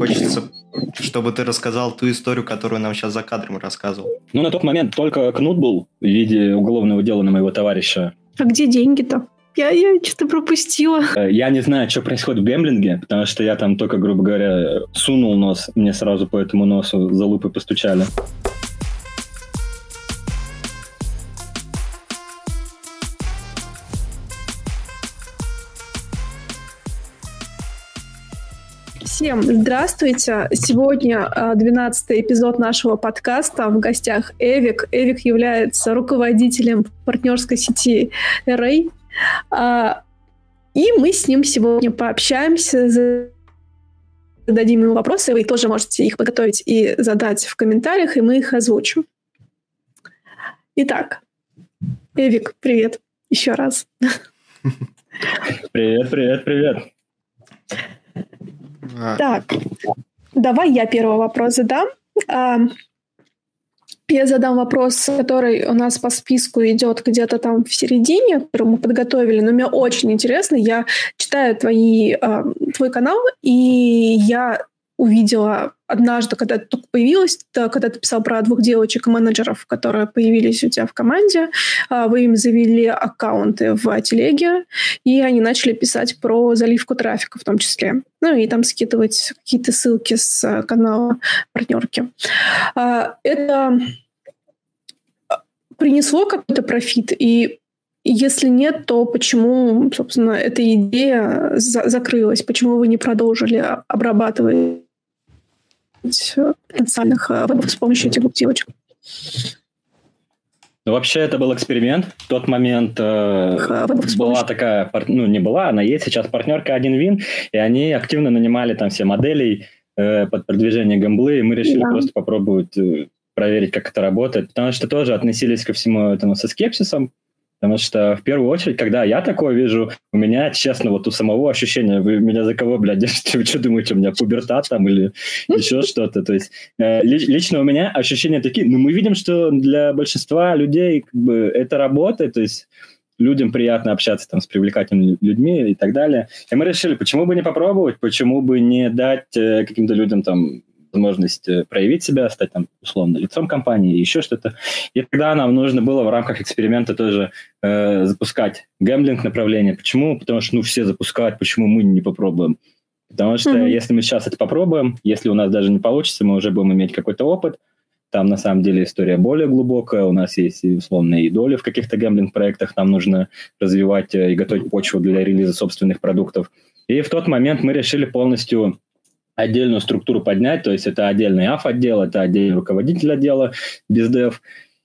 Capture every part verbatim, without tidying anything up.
хочется, чтобы ты рассказал ту историю, которую нам сейчас за кадром рассказывал. Ну, на тот момент только кнут был в виде уголовного дела на моего товарища. А где деньги-то? Я, я что-то пропустила. Я не знаю, что происходит в гэмблинге, потому что я там только, грубо говоря, сунул нос, мне сразу по этому носу за лупой постучали. Всем здравствуйте! Сегодня двенадцатый эпизод нашего подкаста. В гостях Эвик. Эвик является руководителем партнерской сети эр эй. И мы с ним сегодня пообщаемся, зададим ему вопросы. Вы тоже можете их подготовить и задать в комментариях, и мы их озвучим. Итак, Эвик, привет еще раз. Привет, привет, привет. Так, давай я первый вопрос задам. Я задам вопрос, который у нас по списку идет где-то там в середине, который мы подготовили, но мне очень интересно. Я читаю твои, твой канал, и я увидела однажды, когда ты только появилась, когда ты писал про двух девочек-менеджеров, которые появились у тебя в команде, вы им завели аккаунты в телеге, и они начали писать про заливку трафика в том числе. Ну и там скидывать какие-то ссылки с канала партнерки. Это принесло какой-то профит? И если нет, то почему, собственно, эта идея за- закрылась? Почему вы не продолжили обрабатывать потенциальных вебов с помощью этих двух девочек? Ну, вообще, это был эксперимент. В тот момент э, была такая, ну, не была, она есть сейчас партнерка один вин, и они активно нанимали там все моделей э, под продвижение гэмблы, и мы решили да. просто попробовать э, проверить, как это работает, потому что тоже относились ко всему этому со скепсисом, потому что в первую очередь, когда я такое вижу, у меня, честно, вот у самого ощущения, вы меня за кого, блядь, держите? Вы что думаете, у меня пубертат там или еще что-то? То есть э, лично у меня ощущения такие, ну, мы видим, что для большинства людей как бы это работает, то есть людям приятно общаться там с привлекательными людьми и так далее. И мы решили, почему бы не попробовать, почему бы не дать э, каким-то людям там возможность проявить себя, стать там условно лицом компании, еще что-то. И тогда нам нужно было в рамках эксперимента тоже э, запускать гэмблинг направление. Почему? Потому что ну все запускают, почему мы не попробуем? Потому что mm-hmm. если мы сейчас это попробуем, если у нас даже не получится, мы уже будем иметь какой-то опыт. Там на самом деле история более глубокая. У нас есть и условные доли в каких-то гэмблинг-проектах. Нам нужно развивать и готовить почву для релиза собственных продуктов. И в тот момент мы решили полностью отдельную структуру поднять, то есть это отдельный эй эф отдел, это отдельный руководитель отдела, бездев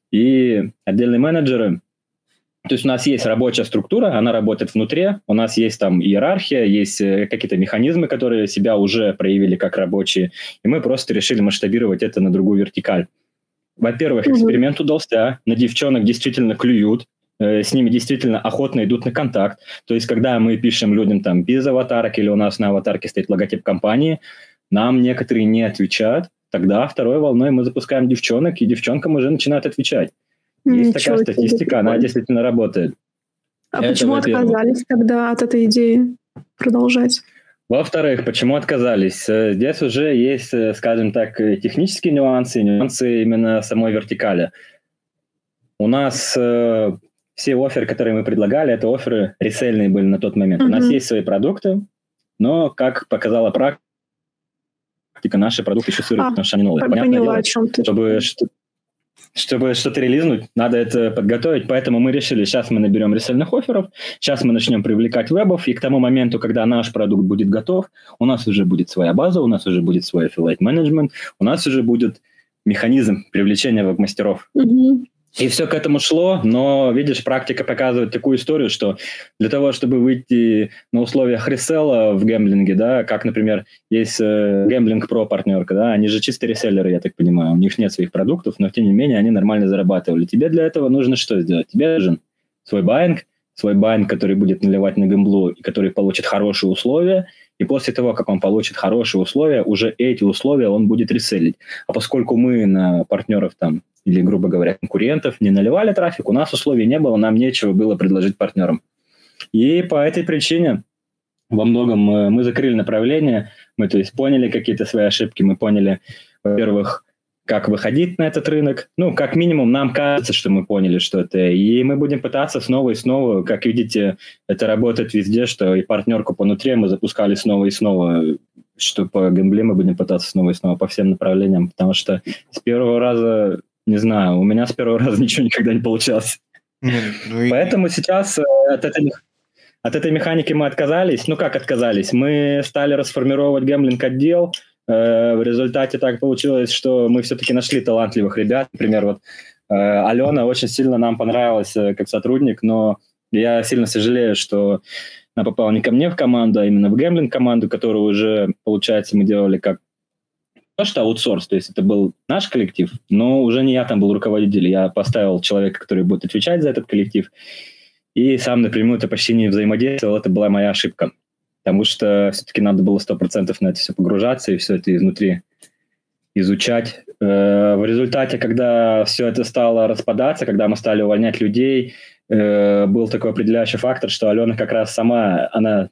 и отдельные менеджеры. То есть у нас есть рабочая структура, она работает внутри, у нас есть там иерархия, есть какие-то механизмы, которые себя уже проявили как рабочие, и мы просто решили масштабировать это на другую вертикаль. Во-первых, эксперимент удался, на девчонок действительно клюют, с ними действительно охотно идут на контакт. То есть, когда мы пишем людям там без аватарок или у нас на аватарке стоит логотип компании, нам некоторые не отвечают. Тогда второй волной мы запускаем девчонок, и девчонкам уже начинают отвечать. Есть Ничего такая статистика, себе. Она действительно работает. А Это почему отказались тогда от этой идеи продолжать? Во-вторых, почему отказались? Здесь уже есть, скажем так, технические нюансы, нюансы именно самой вертикали. У нас... Все офферы, которые мы предлагали, это офферы ресельные были на тот момент. Mm-hmm. У нас есть свои продукты, но, как показала практика, наши продукты еще сырые, а, потому что они новые. Понятное поняла, дело, о чем ты. Чтобы, чтобы что-то релизнуть, надо это подготовить. Поэтому мы решили, сейчас мы наберем ресельных офферов, сейчас мы начнем привлекать вебов, и к тому моменту, когда наш продукт будет готов, у нас уже будет своя база, у нас уже будет свой affiliate management, у нас уже будет механизм привлечения веб-мастеров. Mm-hmm. И все к этому шло, но, видишь, практика показывает такую историю, что для того, чтобы выйти на условиях реселла в гэмблинге, да, как, например, есть э, Gambling Pro партнерка, да, они же чисто реселлеры, я так понимаю, у них нет своих продуктов, но, тем не менее, они нормально зарабатывали. Тебе для этого нужно что сделать? Тебе нужен свой баинг, свой баинг, который будет наливать на гэмблу и который получит хорошие условия, и после того, как он получит хорошие условия, уже эти условия он будет реселлить. А поскольку мы на партнеров там, или, грубо говоря, конкурентов не наливали трафик, у нас условий не было, нам нечего было предложить партнерам. И по этой причине во многом мы, мы закрыли направление, мы, то есть, поняли какие-то свои ошибки, мы поняли, во-первых, как выходить на этот рынок. Ну, как минимум, нам кажется, что мы поняли, что это. И мы будем пытаться снова и снова. Как видите, это работает везде, что и партнерку по нутре мы запускали снова и снова, что по гембле мы будем пытаться снова и снова по всем направлениям. Потому что с первого раза, не знаю, у меня с первого раза ничего никогда не получалось. Ну, и... Поэтому сейчас от этой, от этой механики мы отказались. Ну, как отказались? Мы стали расформировать гемблинг-отдел. В результате так получилось, что мы все-таки нашли талантливых ребят. Например, вот Алена очень сильно нам понравилась как сотрудник, но я сильно сожалею, что она попала не ко мне в команду, а именно в гемблинг-команду, которую уже, получается, мы делали как то, что аутсорс, то есть это был наш коллектив, но уже не я там был руководитель, я поставил человека, который будет отвечать за этот коллектив, и сам напрямую-то почти не взаимодействовал, это была моя ошибка. Потому что все-таки надо было сто процентов на это все погружаться и все это изнутри изучать. В результате, когда все это стало распадаться, когда мы стали увольнять людей, был такой определяющий фактор, что Алена как раз сама, она,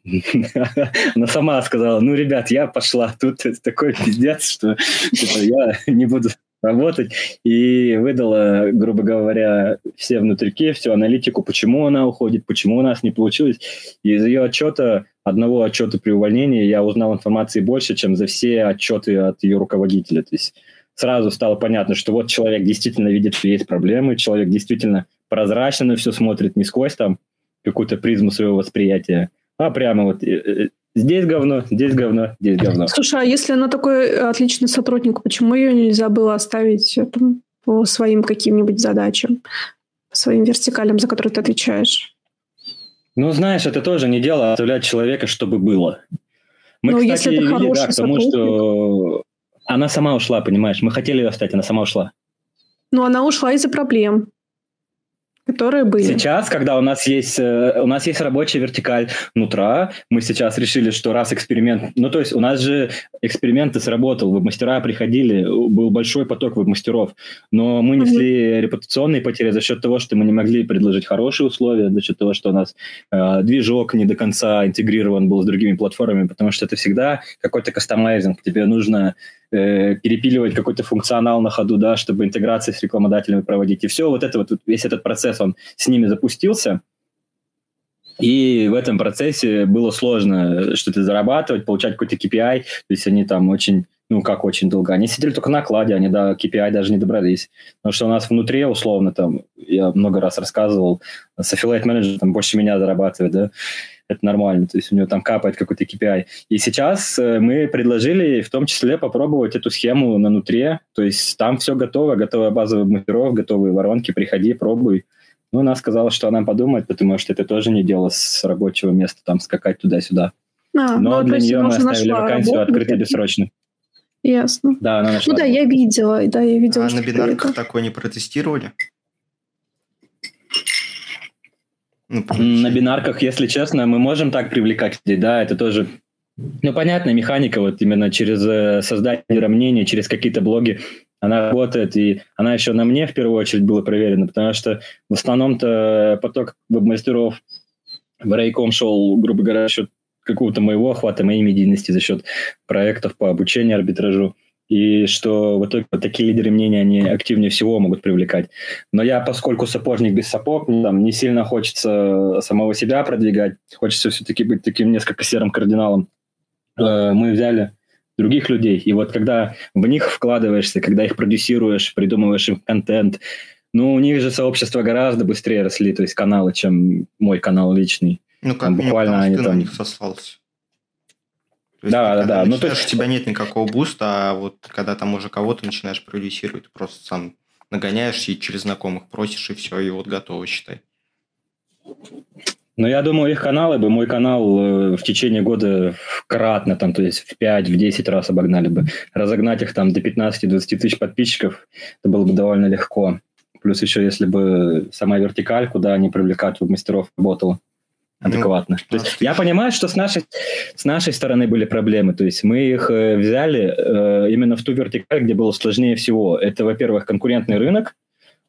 она сама сказала, ну, ребят, я пошла, тут такой пиздец, что я не буду работать, и выдала, грубо говоря, все внутрики, всю аналитику, почему она уходит, почему у нас не получилось. И из ее отчета, одного отчета при увольнении, я узнал информации больше, чем за все отчеты от ее руководителя. То есть сразу стало понятно, что вот человек действительно видит, что есть проблемы, человек действительно прозрачно на все смотрит, не сквозь там какую-то призму своего восприятия, а прямо вот здесь говно, здесь говно, здесь говно. Слушай, а если она такой отличный сотрудник, почему ее нельзя было оставить там, по своим каким-нибудь задачам, своим вертикалям, за которые ты отвечаешь? Ну, знаешь, это тоже не дело оставлять человека, чтобы было. Мы, Но кстати, если это видели, да, к тому, сотрудник... что она сама ушла, понимаешь? Мы хотели ее оставить, она сама ушла. Но она ушла из-за проблем, которые были. Сейчас, когда у нас есть, у нас есть рабочая вертикаль нутра, мы сейчас решили, что раз эксперимент... Ну, то есть у нас же эксперименты сработал, веб-мастера приходили, был большой поток веб-мастеров, но мы несли mm-hmm. репутационные потери за счет того, что мы не могли предложить хорошие условия, за счет того, что у нас э, движок не до конца интегрирован был с другими платформами, потому что это всегда какой-то кастомайзинг, тебе нужно э, перепиливать какой-то функционал на ходу, да, чтобы интеграции с рекламодателями проводить. И все вот это вот, весь этот процесс, он с ними запустился, и в этом процессе было сложно что-то зарабатывать, получать какой-то кей пи ай, то есть они там очень, ну как очень долго, они сидели только на кладе, они до кей пи ай даже не добрались, потому что у нас внутри, условно, там, я много раз рассказывал, с affiliate-менеджер там больше меня зарабатывает, да, это нормально, то есть у него там капает какой-то кей пи ай. И сейчас мы предложили в том числе попробовать эту схему на нутре, то есть там все готово, готовая база мастеров, готовые воронки, приходи, пробуй. Ну, она сказала, что она подумает, потому что это тоже не дело с рабочего места, там, скакать туда-сюда. А, Но ну, для нее мы оставили вакансию открытой бессрочно. Ясно. Да, она нашла. Ну да, работу. я видела, да, я видела. А на бинарках такое не протестировали? Ну, на бинарках, если честно, мы можем так привлекать людей, да, это тоже... Ну, понятная механика, вот именно через создание мнений, через какие-то блоги, она работает, и она еще на мне в первую очередь была проверена, потому что в основном-то поток веб-мастеров в Рейком шел, грубо говоря, за счет какого-то моего охвата, моей медийности, за счет проектов по обучению, арбитражу, и что в итоге вот такие лидеры мнений, они активнее всего могут привлекать. Но я, поскольку сапожник без сапог, там, не сильно хочется самого себя продвигать, хочется все-таки быть таким несколько серым кардиналом, мы взяли других людей. И вот когда в них вкладываешься, когда их продюсируешь, придумываешь им контент, ну, у них же сообщества гораздо быстрее росли, то есть каналы, чем мой канал личный. Ну, как там, буквально они ты там... на них сослался. То есть, да, да, да. Ну, то есть у тебя нет никакого буста, а вот когда там уже кого-то начинаешь продюсировать, ты просто сам нагоняешь и через знакомых просишь, и все, и вот готово, считай. Ну, я думаю, их каналы бы, мой канал э, в течение года кратно, там, то есть в пять, в десять раз обогнали бы. Разогнать их там до пятнадцати-двадцати тысяч подписчиков, это было бы довольно легко. Плюс еще, если бы сама вертикаль, куда они привлекают веб-мастеров, работала адекватно. Ну, то есть, я понимаю, что с нашей, с нашей стороны были проблемы. То есть мы их э, взяли э, именно в ту вертикаль, где было сложнее всего. Это, во-первых, конкурентный рынок,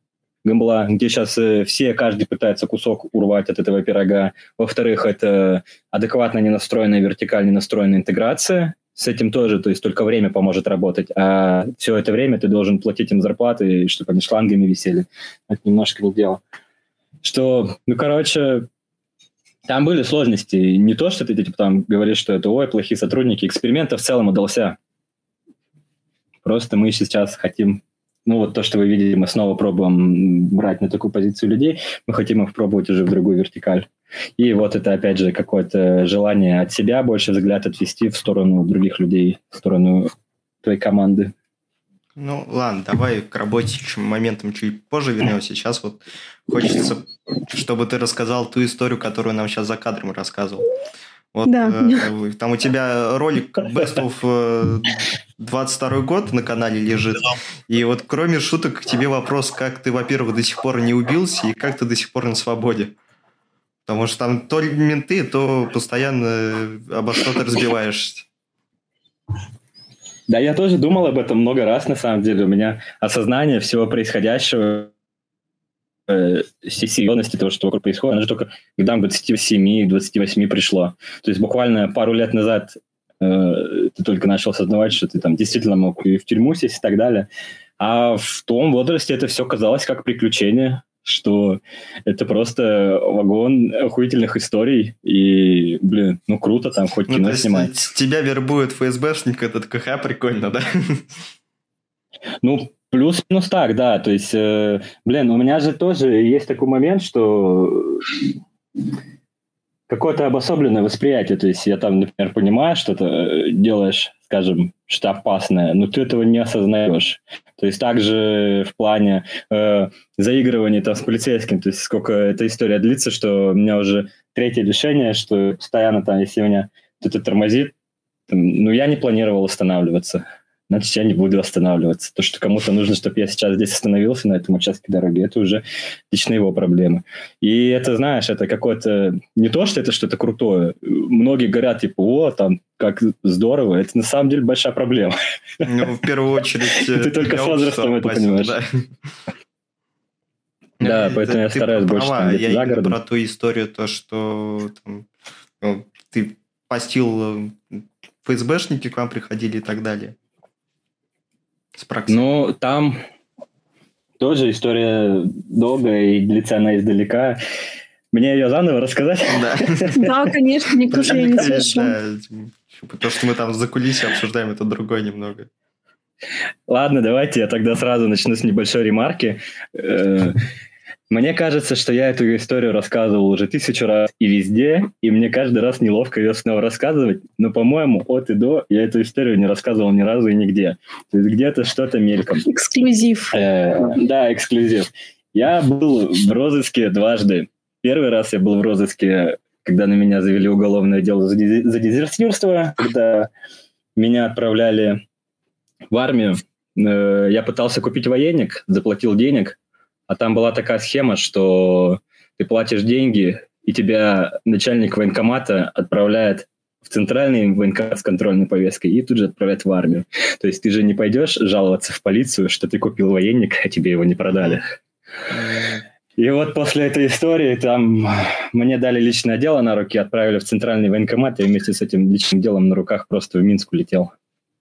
гамбла, где сейчас все, каждый пытается кусок урвать от этого пирога. Во-вторых, это адекватно ненастроенная, вертикально настроенная интеграция. С этим тоже, то есть только время поможет работать, а все это время ты должен платить им зарплаты, чтобы они шлангами висели. Это немножко не дело. Что, ну, короче, там были сложности. Не то, что ты типа, там говоришь, что это, ой, плохие сотрудники. Эксперимент в целом удался. Просто мы сейчас хотим, ну, вот то, что вы видите, мы снова пробуем брать на такую позицию людей, мы хотим их пробовать уже в другую вертикаль. И вот это, опять же, какое-то желание от себя больше взгляд отвести в сторону других людей, в сторону твоей команды. Ну, ладно, давай к рабочим моментам чуть позже вернемся. Сейчас вот хочется, чтобы ты рассказал ту историю, которую нам сейчас за кадром рассказывал. Вот, да. э, там у тебя ролик Best of двадцать второй год на канале лежит. И вот кроме шуток к тебе вопрос, как ты, во-первых, до сих пор не убился и как ты до сих пор на свободе. Потому что там то менты, то постоянно обо что-то разбиваешься. Да, я тоже думал об этом много раз, на самом деле. У меня осознание всего происходящего, э, серьезности того, что вокруг происходит, оно же только к годам двадцати семи - двадцати восьми пришло. То есть буквально пару лет назад э, ты только начал осознавать, что ты там действительно мог и в тюрьму сесть и так далее. А в том возрасте это все казалось как приключение, что это просто вагон охуительных историй, и, блин, ну круто там хоть ну, кино снимать. Тебя вербует ФСБшник, этот КХ, прикольно, да? Ну, плюс-минус так, да, то есть, э, блин, у меня же тоже есть такой момент, что какое-то обособленное восприятие, то есть я там, например, понимаю, что ты делаешь, скажем, что опасное, но ты этого не осознаешь. То есть также в плане э, заигрывания там с полицейским, то есть сколько эта история длится, что у меня уже третье решение, что постоянно там, если меня кто-то тормозит, там, ну я не планировал останавливаться, значит я не буду останавливаться. То, что кому-то нужно, чтобы я сейчас здесь остановился на этом участке дороги, это уже лично его проблемы. И это, знаешь, это какое-то... Не то, что это что-то крутое. Многие говорят, типа, о, там, как здорово. Это на самом деле большая проблема. Ну, в первую очередь... Ты только с возрастом это понимаешь. Да, поэтому я стараюсь больше где-то за городом. Про ту историю, то, что ты постил, ФСБшники к вам приходили и так далее. Ну, там тоже история долгая и длится она издалека. Мне ее заново рассказать? Да, конечно, никто же не слышал. Потому что мы там за кулисами обсуждаем, это другое немного. Ладно, давайте я тогда сразу начну с небольшой ремарки. Мне кажется, что я эту историю рассказывал уже тысячу раз и везде, и мне каждый раз неловко ее снова рассказывать, но, по-моему, от и до я эту историю не рассказывал ни разу и нигде. То есть где-то что-то мельком. Эксклюзив. Э, да, эксклюзив. Я был в розыске дважды. Первый раз я был в розыске, когда на меня завели уголовное дело за дезертирство, когда меня отправляли в армию. Э, я пытался купить военник, заплатил денег, а там была такая схема, что ты платишь деньги, и тебя начальник военкомата отправляет в центральный военкомат с контрольной повесткой и тут же отправляет в армию. То есть ты же не пойдешь жаловаться в полицию, что ты купил военник, а тебе его не продали. И вот после этой истории там мне дали личное дело на руки, отправили в центральный военкомат, и вместе с этим личным делом на руках просто в Минск улетел.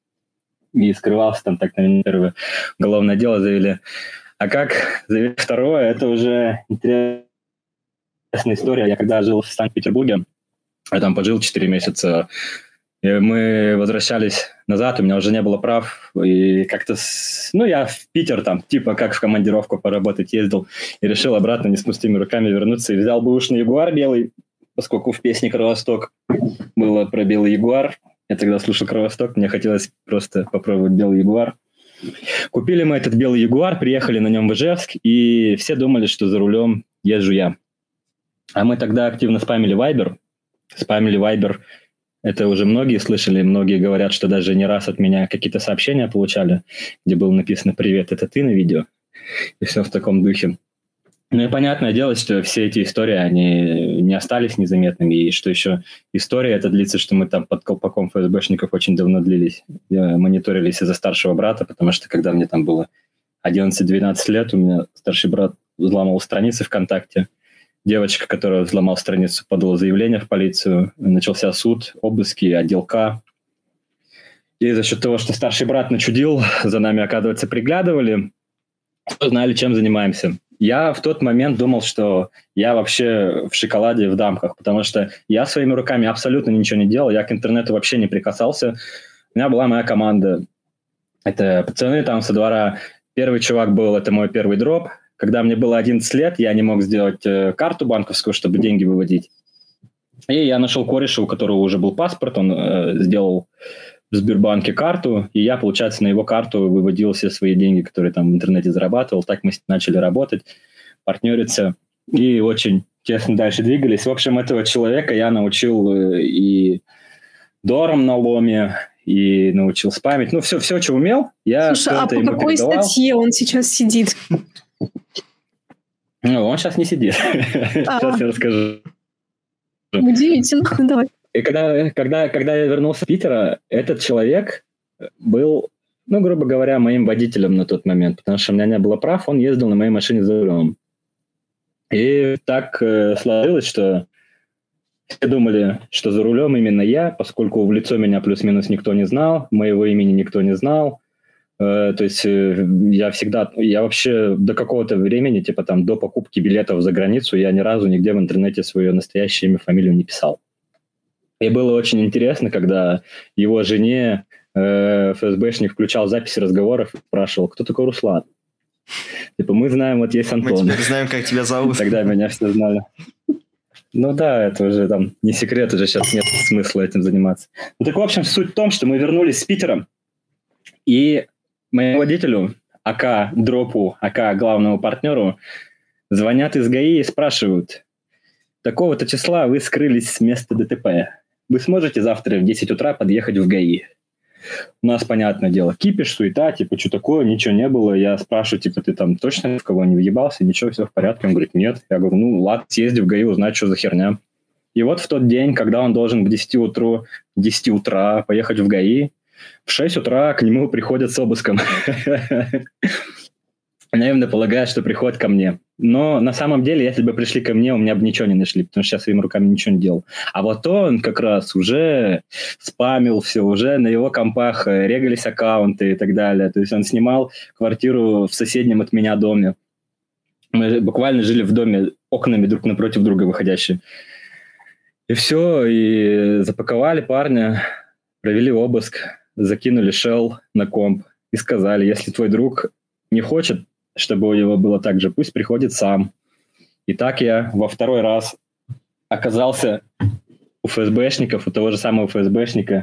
И скрывался там, так на меня первое уголовное дело завели. А как завели второе, это уже интересная история. Я когда жил в Санкт-Петербурге, я там пожил четыре месяца, и мы возвращались назад, у меня уже не было прав, и как-то, с... ну, я в Питер там, типа, как в командировку поработать ездил, и решил обратно не с пустыми руками вернуться, и взял бэушный Ягуар белый, поскольку в песне «Кровосток» было про белый Ягуар. Я тогда слушал «Кровосток», мне хотелось просто попробовать белый Ягуар. Купили мы этот белый Ягуар, приехали на нем в Ижевск, и все думали, что за рулем езжу я. А мы тогда активно спамили Viber. Спамили Viber. Это уже многие слышали, многие говорят, что даже не раз от меня какие-то сообщения получали, где было написано «Привет, это ты» на видео. И все в таком духе. Ну и понятное дело, что все эти истории, они не остались незаметными, и что еще история эта длится, что мы там под колпаком ФСБшников очень давно длились, мониторились из-за старшего брата, потому что когда мне там было одиннадцать-двенадцать лет, у меня старший брат взломал страницы ВКонтакте. Девочка, которая взломала страницу, подала заявление в полицию. Начался суд, обыски, отдел К. И за счет того, что старший брат начудил, за нами, оказывается, приглядывали, знали, чем занимаемся. Я в тот момент думал, что я вообще в шоколаде, в дамках, потому что я своими руками абсолютно ничего не делал, я к интернету вообще не прикасался. У меня была моя команда. Это пацаны там со двора. Первый чувак был, это мой первый дроп. Когда мне было одиннадцать лет, я не мог сделать э, карту банковскую, чтобы деньги выводить. И я нашел кореша, у которого уже был паспорт, он э, сделал в Сбербанке карту, и я, получается, на его карту выводил все свои деньги, которые там в интернете зарабатывал. Так мы начали работать, партнериться, и очень тесно дальше двигались. В общем, этого человека я научил э, и дором на ломе, и научил спамить. Ну, все, все, что умел, я Слушай, а по какой передавал. Статье он сейчас сидит? Ну, он сейчас не сидит. Сейчас я расскажу. Удивительно, давай. И когда, когда, когда я вернулся в Питер, этот человек был, ну, грубо говоря, моим водителем на тот момент, потому что у меня не было прав, он ездил на моей машине за рулем. И так э, сложилось, что все думали, что за рулем именно я, поскольку в лицо меня плюс-минус никто не знал, моего имени никто не знал. Э, то есть э, я всегда, я вообще до какого-то времени, типа там до покупки билетов за границу, я ни разу нигде в интернете свое настоящее имя, фамилию не писал. И было очень интересно, когда его жене э, эф эс бэшник включал записи разговоров и спрашивал, кто такой Руслан? Типа, мы знаем, вот есть Антон. Мы теперь знаем, как тебя зовут. Тогда меня все знали. Ну да, это уже там не секрет, уже сейчас нет смысла этим заниматься. Ну так, в общем, суть в том, что мы вернулись с Питера, и моему водителю, АК Дропу, АК главному партнеру, звонят из ГАИ и спрашивают, такого-то числа вы скрылись с места ДТП. Вы сможете завтра в десять утра подъехать в ГАИ? У нас, понятное дело, кипиш, суета, типа, что такое, ничего не было. Я спрашиваю, типа, ты там точно в кого не въебался? Ничего, все в порядке. Он говорит, нет. Я говорю, ну, ладно, съезди в ГАИ, узнать, что за херня. И вот в тот день, когда он должен к десяти утра поехать в ГАИ, в шесть утра к нему приходят с обыском. Наивно полагаю, что приходят ко мне. Но на самом деле, если бы пришли ко мне, у меня бы ничего не нашли, потому что я своими руками ничего не делал. А вот он как раз уже спамил все, уже на его компах регались аккаунты и так далее. То есть он снимал квартиру в соседнем от меня доме. Мы буквально жили в доме окнами друг напротив друга выходящие. И все, и запаковали парня, провели обыск, закинули shell на комп и сказали, если твой друг не хочет, чтобы у него было так же, пусть приходит сам. И так я во второй раз оказался у эф эс бэшников, у того же самого эф эс бэшника.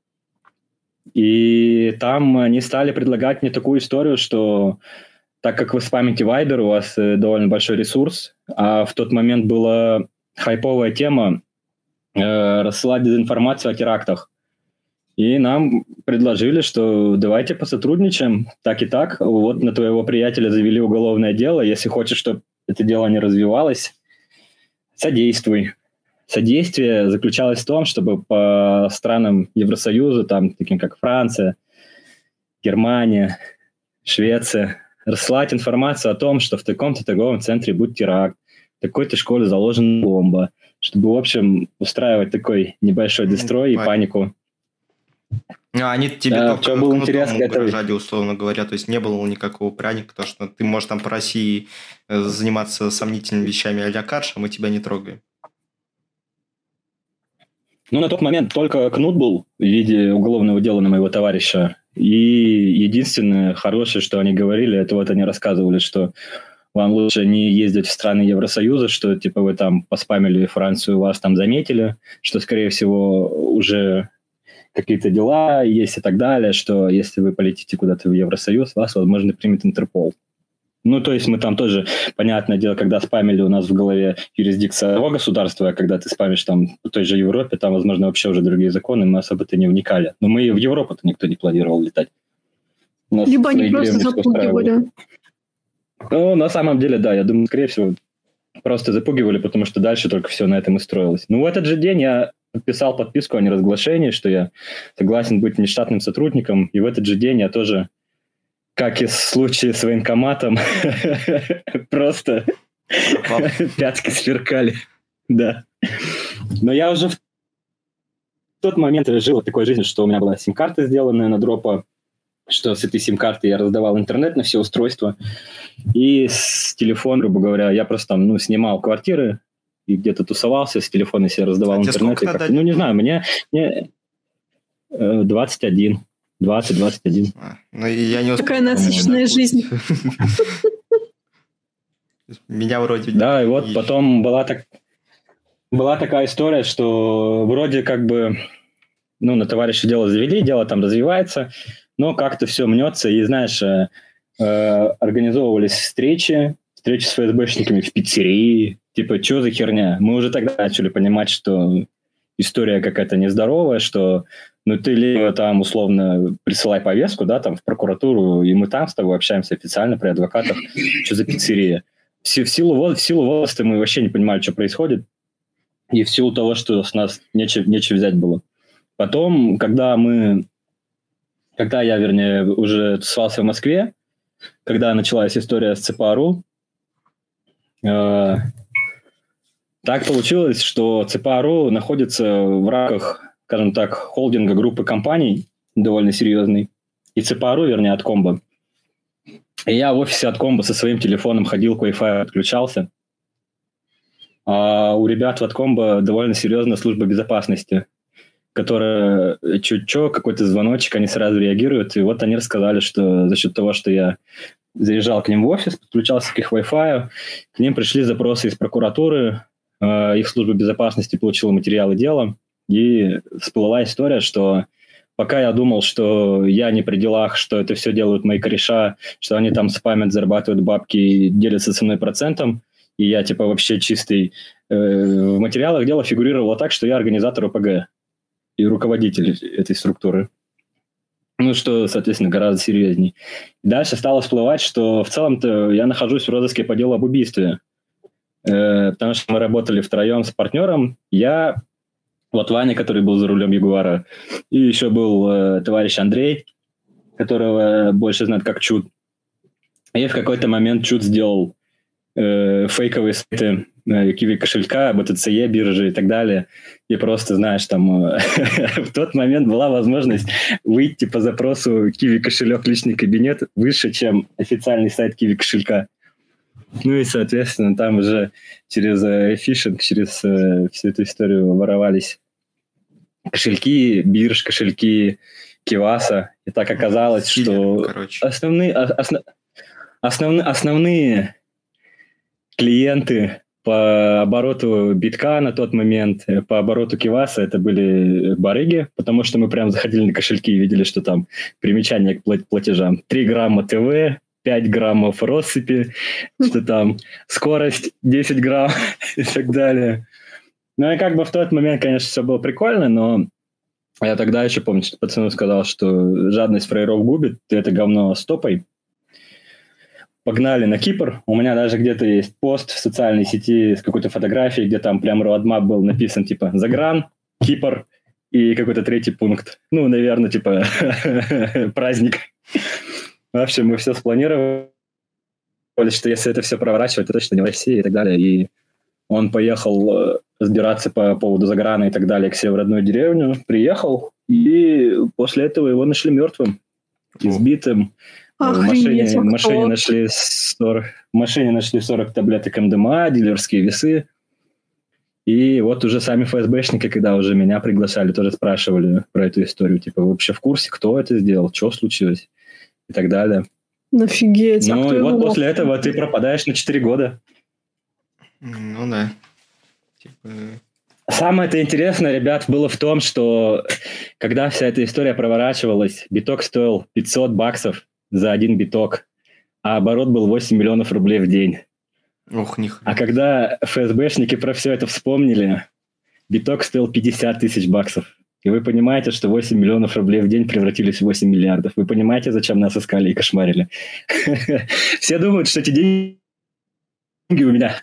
И там они стали предлагать мне такую историю, что так как вы спамите Viber, у вас довольно большой ресурс, а в тот момент была хайповая тема э, рассылать дезинформацию о терактах. И нам предложили, что давайте посотрудничаем, так и так. Вот на твоего приятеля завели уголовное дело. Если хочешь, чтобы это дело не развивалось, содействуй. Содействие заключалось в том, чтобы по странам Евросоюза, там, таким как Франция, Германия, Швеция, рассылать информацию о том, что в таком-то торговом центре будет теракт, в такой-то школе заложена бомба, чтобы, в общем, устраивать такой небольшой дестрой и панику. А они тебе да, только был интерес угрожали, условно говоря, то есть не было никакого пряника, то что ты можешь там по России заниматься сомнительными вещами а-ля Карш, а мы тебя не трогаем. Ну, на тот момент только кнут был в виде уголовного дела на моего товарища. И единственное хорошее, что они говорили, это вот они рассказывали, что вам лучше не ездить в страны Евросоюза, что типа вы там поспамили Францию, вас там заметили, что, скорее всего, уже какие-то дела есть и так далее, что если вы полетите куда-то в Евросоюз, вас, возможно, примет Интерпол. Ну, то есть мы там тоже, понятное дело, когда спамили, у нас в голове юрисдикция одного государства, а когда ты спамишь там в той же Европе, там, возможно, вообще уже другие законы, мы особо-то не вникали. Но мы в Европу-то никто не планировал летать. Либо они просто запугивали. Ну, на самом деле, да, я думаю, скорее всего, просто запугивали, потому что дальше только все на этом и строилось. Ну, в этот же день я подписал подписку о неразглашении, что я согласен быть внештатным сотрудником, и в этот же день я тоже как и в случае с военкоматом, просто пятки сверкали. Да. Но я уже в тот момент жил такой жизнью, что у меня была сим-карта, сделанная на дропа, что с этой сим-карты я раздавал интернет на все устройства. И с телефона, грубо говоря, я просто там, ну, снимал квартиры и где-то тусовался, с телефона себе раздавал а интернет. И как... Ну, не знаю, мне, мне двадцать один. двадцать-двадцать один. А, ну, я не успел. Такая насыщенная жизнь. Меня вроде... Да, и вот потом была, так... была такая история, что вроде как бы, ну, на товарища дело завели, дело там развивается, но как-то все мнется, и, знаешь, э, э, организовывались встречи, встречи с ФСБшниками в пиццерии, типа, что за херня? Мы уже тогда начали понимать, что история какая-то нездоровая, что, ну, ты либо там, условно, присылай повестку, да, там, в прокуратуру, и мы там с тобой общаемся официально при адвокатах, что за пиццерия? В, в, силу, в силу возраста мы вообще не понимали, что происходит, и в силу того, что с нас нечего, нечего взять было. Потом, когда мы... Когда я, вернее, уже тусовался в Москве, когда началась история с ЦПА.ру, э, так получилось, что ЦПА.ру находится в рамках, скажем так, холдинга группы компаний довольно серьезной, и ЦПА.ру, вернее, от Комбо. И я в офисе от Комбо со своим телефоном ходил, к Wi-Fi отключался. А у ребят в Откомбо довольно серьезная служба безопасности, которая чуть-чуть, какой-то звоночек, они сразу реагируют. И вот они рассказали, что за счет того, что я заезжал к ним в офис, подключался к их Wi-Fi, к ним пришли запросы из прокуратуры, их служба безопасности получила материалы дела, и всплыла история, что пока я думал, что я не при делах, что это все делают мои кореша, что они там спамят, зарабатывают бабки и делятся со мной процентом, и я типа вообще чистый, в материалах дела фигурировало так, что я организатор ОПГ и руководитель этой структуры. Ну, что, соответственно, гораздо серьезней. Дальше стало всплывать, что в целом-то я нахожусь в розыске по делу об убийстве. Э, потому что мы работали втроем с партнером. Я, вот Ваня, который был за рулем Ягуара, и еще был э, товарищ Андрей, которого больше знают как Чуд. И в какой-то момент Чуд сделал э, фейковые сайты Киви кошелька, бэ тэ цэ е, биржи и так далее. И просто, знаешь, там в тот момент была возможность выйти по запросу Киви кошелек личный кабинет выше, чем официальный сайт Киви кошелька. Ну и, соответственно, там уже через фишинг, через э, всю эту историю воровались кошельки, бирж, кошельки Киваса. И так оказалось, Киви, что короче. основные, основ, основные, основные клиенты по обороту битка на тот момент, по обороту Киваса это были барыги, потому что мы прям заходили на кошельки и видели, что там примечание к платежам. три грамма ТВ, пять граммов россыпи, что там скорость десять грамм и так далее. Ну и как бы в тот момент, конечно, все было прикольно, но я тогда еще помню, что пацану сказал, что жадность фраеров губит, ты это говно стопай. Погнали на Кипр. У меня даже где-то есть пост в социальной сети с какой-то фотографией, где там прям роадмап был написан, типа, Загран, Кипр и какой-то третий пункт. Ну, наверное, типа, праздник. В общем, мы все спланировали, что если это все проворачивать, то точно не в России и так далее. И он поехал разбираться по поводу Заграна и так далее к себе в родную деревню, приехал, и после этого его нашли мертвым, избитым. В машине, в машине, нашли сорок, в машине нашли сорок таблеток эм дэ эм а, дилерские весы. И вот уже сами ФСБшники, когда уже меня приглашали, тоже спрашивали про эту историю. Типа, вы вообще в курсе, кто это сделал, что случилось и так далее. Офигеть. Ну и вот после этого ты пропадаешь на четыре года. Ну да. Типа... Самое-то интересное, ребят, было в том, что когда вся эта история проворачивалась, биток стоил пятьсот баксов за один биток, а оборот был восемь миллионов рублей в день. Ох, нихуя. А когда ФСБшники про все это вспомнили, биток стоил пятьдесят тысяч баксов. И вы понимаете, что восемь миллионов рублей в день превратились в восемь миллиардов. Вы понимаете, зачем нас искали и кошмарили? Все думают, что эти деньги у меня.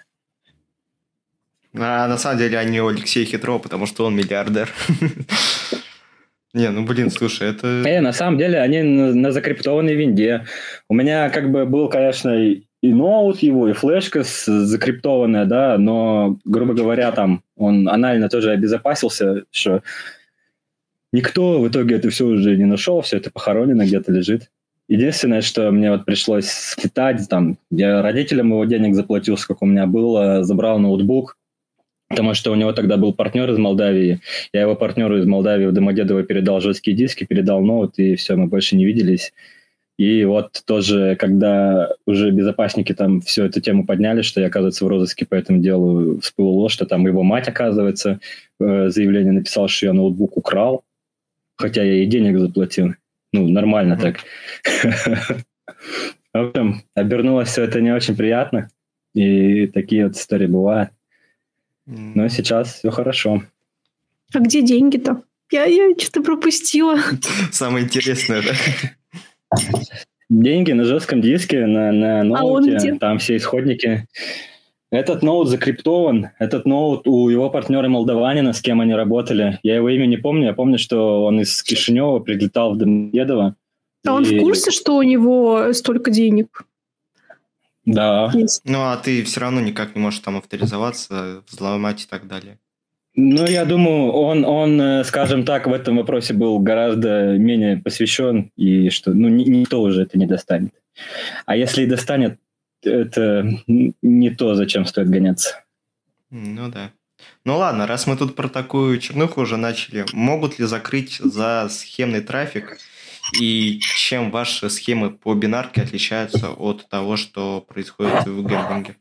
А на самом деле они у Алексея Хитрова, потому что он миллиардер. Не, ну блин, слушай, это... Э, на самом деле они на, на закриптованной винде. У меня как бы был, конечно, и, и ноут его, и флешка с, закриптованная, да, но, грубо говоря, там он анально тоже обезопасился, что никто в итоге это все уже не нашел, все это похоронено, где-то лежит. Единственное, что мне вот пришлось слетать, там, я родителям его денег заплатил, сколько у меня было, забрал ноутбук, потому что у него тогда был партнер из Молдавии. Я его партнеру из Молдавии в Домодедово передал жесткие диски, передал ноут, и все, мы больше не виделись. И вот тоже, когда уже безопасники там всю эту тему подняли, что я, оказывается, в розыске по этому делу, всплыло, что там его мать, оказывается, заявление написала, что я ноутбук украл, хотя я ей денег заплатил. Ну, нормально mm-hmm. так. В общем, обернулось все это не очень приятно, и такие вот истории бывают. Но сейчас все хорошо. А где деньги-то? Я, я что-то пропустила. Самое интересное, да? Деньги на жестком диске, на, на ноуте, а там все исходники. Этот ноут закриптован. Этот ноут у его партнера молдаванина, с кем они работали. Я его имя не помню. Я помню, что он из Кишинева прилетал в Домодедово. А и... он в курсе, что у него столько денег? Да. Есть. Ну, а ты все равно никак не можешь там авторизоваться, взломать и так далее. Ну, я думаю, он, он, скажем так, в этом вопросе был гораздо менее посвящен, и что ну, никто уже это не достанет. А если и достанет, это не то, зачем стоит гоняться. Ну да. Ну ладно, раз мы тут про такую чернуху уже начали, могут ли закрыть за схемный трафик? И чем ваши схемы по бинарке отличаются от того, что происходит в гэмблинге?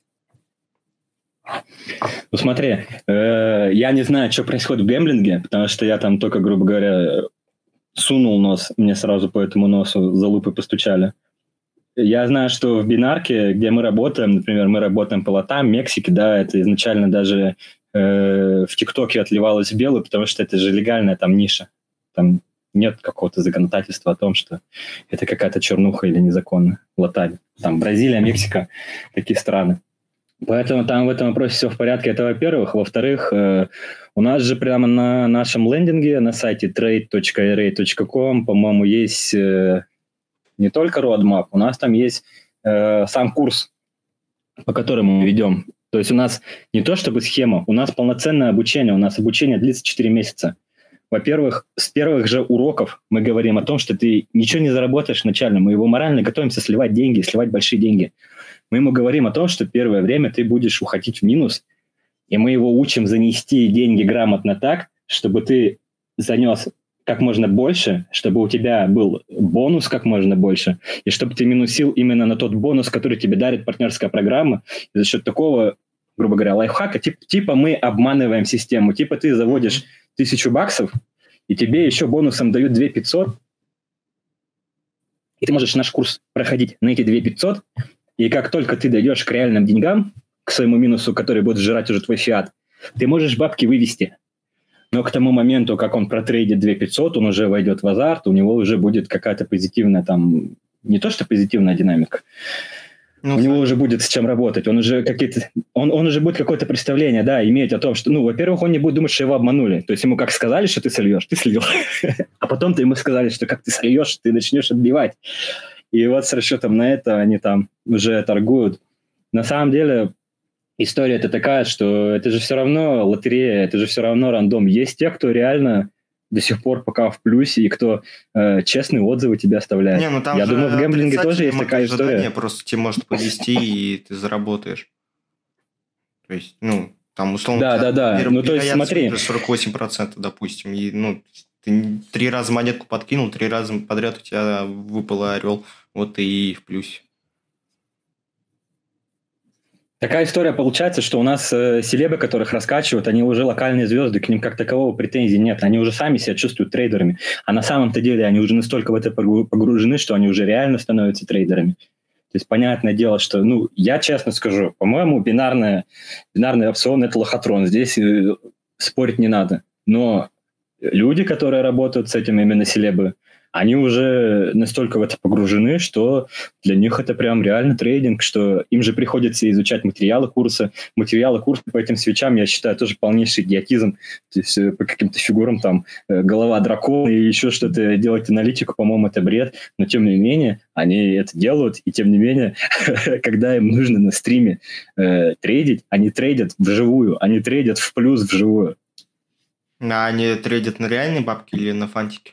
Ну смотри, э, я не знаю, что происходит в гэмблинге, потому что я там только, грубо говоря, сунул нос, мне сразу по этому носу за лупы постучали. Я знаю, что в бинарке, где мы работаем, например, мы работаем по лотам, Мексике, да, это изначально даже э, в ТикТоке отливалось в белый, потому что это же легальная там ниша. Там нет какого-то законодательства о том, что это какая-то чернуха или незаконно латать. Там Бразилия, Мексика, такие страны. Поэтому там в этом вопросе все в порядке, это во-первых. Во-вторых, э, у нас же прямо на нашем лендинге, на сайте трейд точка эр эй точка ком, по-моему, есть э, не только roadmap, у нас там есть э, сам курс, по которому мы ведем. То есть у нас не то чтобы схема, у нас полноценное обучение, у нас обучение длится четыре месяца. Во-первых, с первых же уроков мы говорим о том, что ты ничего не заработаешь начально. Мы его морально готовимся сливать деньги, сливать большие деньги. Мы ему говорим о том, что первое время ты будешь уходить в минус, и мы его учим занести деньги грамотно так, чтобы ты занес как можно больше, чтобы у тебя был бонус как можно больше, и чтобы ты минусил именно на тот бонус, который тебе дарит партнерская программа. И за счет такого, грубо говоря, лайфхака, тип, типа мы обманываем систему. Типа ты заводишь тысячу баксов, и тебе еще бонусом дают две тысячи пятьсот, и ты можешь наш курс проходить на эти две тысячи пятьсот, и как только ты дойдешь к реальным деньгам, к своему минусу, который будет сжирать уже твой фиат, ты можешь бабки вывести. Но к тому моменту, как он протрейдит две тысячи пятьсот, он уже войдет в азарт, у него уже будет какая-то позитивная там, не то что позитивная динамика, ну, у него уже будет с чем работать, он уже какие-то, он, он уже будет какое-то представление, да, иметь о том, что, ну, во-первых, он не будет думать, что его обманули, то есть ему как сказали, что ты сольешь, ты слил, а потом-то ему сказали, что как ты сольешь, ты начнешь отбивать, и вот с расчетом на это они там уже торгуют. На самом деле история-то такая, что это же все равно лотерея, это же все равно рандом. Есть те, кто реально до сих пор пока в плюсе, и кто э, честные отзывы тебе оставляет. Не, ну там Я думаю, в гэмблинге тоже есть такая история. Просто тебе может повезти, и ты заработаешь. То есть, ну, там условно... Да, да, да. Ну, то есть, смотри. сорок восемь процентов, допустим. И, ну, ты три раза монетку подкинул, три раза подряд у тебя выпал орел. Вот и в плюсе. Такая история получается, что у нас э, селебы, которых раскачивают, они уже локальные звезды, к ним как такового претензий нет. Они уже сами себя чувствуют трейдерами. А на самом-то деле они уже настолько в это погружены, что они уже реально становятся трейдерами. То есть, понятное дело, что, ну, я честно скажу, по-моему, бинарная, бинарный опцион – это лохотрон. Здесь э, спорить не надо. Но люди, которые работают с этим, именно селебы, они уже настолько в это погружены, что для них это прям реально трейдинг, что им же приходится изучать материалы курса. Материалы курса по этим свечам, я считаю, тоже полнейший идиотизм. То есть по каким-то фигурам там голова дракона и еще что-то делать аналитику, по-моему, это бред. Но тем не менее, они это делают, и тем не менее, когда им нужно на стриме э, трейдить, они трейдят вживую, они трейдят в плюс вживую. А они трейдят на реальные бабки или на фантики?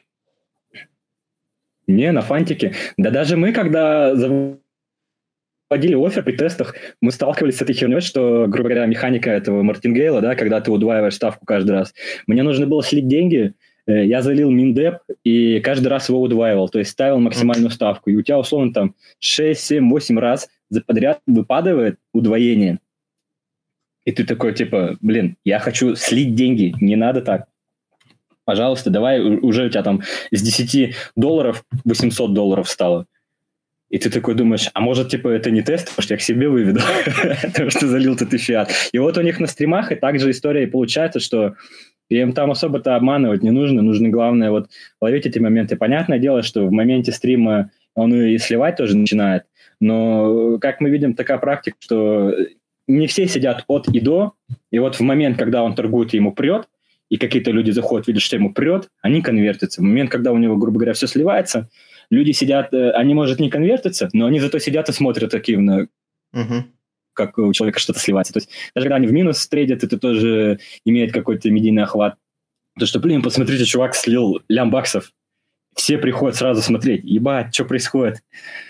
Не, на фантике. Да даже мы, когда заводили оффер при тестах, мы сталкивались с этой херней, что, грубо говоря, механика этого мартингейла, да, когда ты удваиваешь ставку каждый раз. Мне нужно было слить деньги, я залил миндеп и каждый раз его удваивал, то есть ставил максимальную ставку. И у тебя, условно, там шесть, семь, восемь раз подряд выпадает удвоение. И ты такой, типа, блин, я хочу слить деньги, не надо так. Пожалуйста, давай, уже у тебя там с десяти долларов восемьсот долларов стало. И ты такой думаешь, а может, типа, это не тест, потому что я к себе выведу, потому что залил-то ты фиат. И вот у них на стримах и также история и получается, что им там особо-то обманывать не нужно, нужно, главное, вот ловить эти моменты. Понятное дело, что в моменте стрима он и сливать тоже начинает, но, как мы видим, такая практика, что не все сидят от и до, и вот в момент, когда он торгует и ему прет, и какие-то люди заходят, видят, что ему прет, они конвертятся. В момент, когда у него, грубо говоря, все сливается, люди сидят, они, может, не конвертятся, но они зато сидят и смотрят активно, uh-huh. как у человека что-то сливается. То есть даже когда они в минус трейдят, это тоже имеет какой-то медийный охват. То, что, блин, посмотрите, чувак слил лям баксов. Все приходят сразу смотреть. Ебать, что происходит?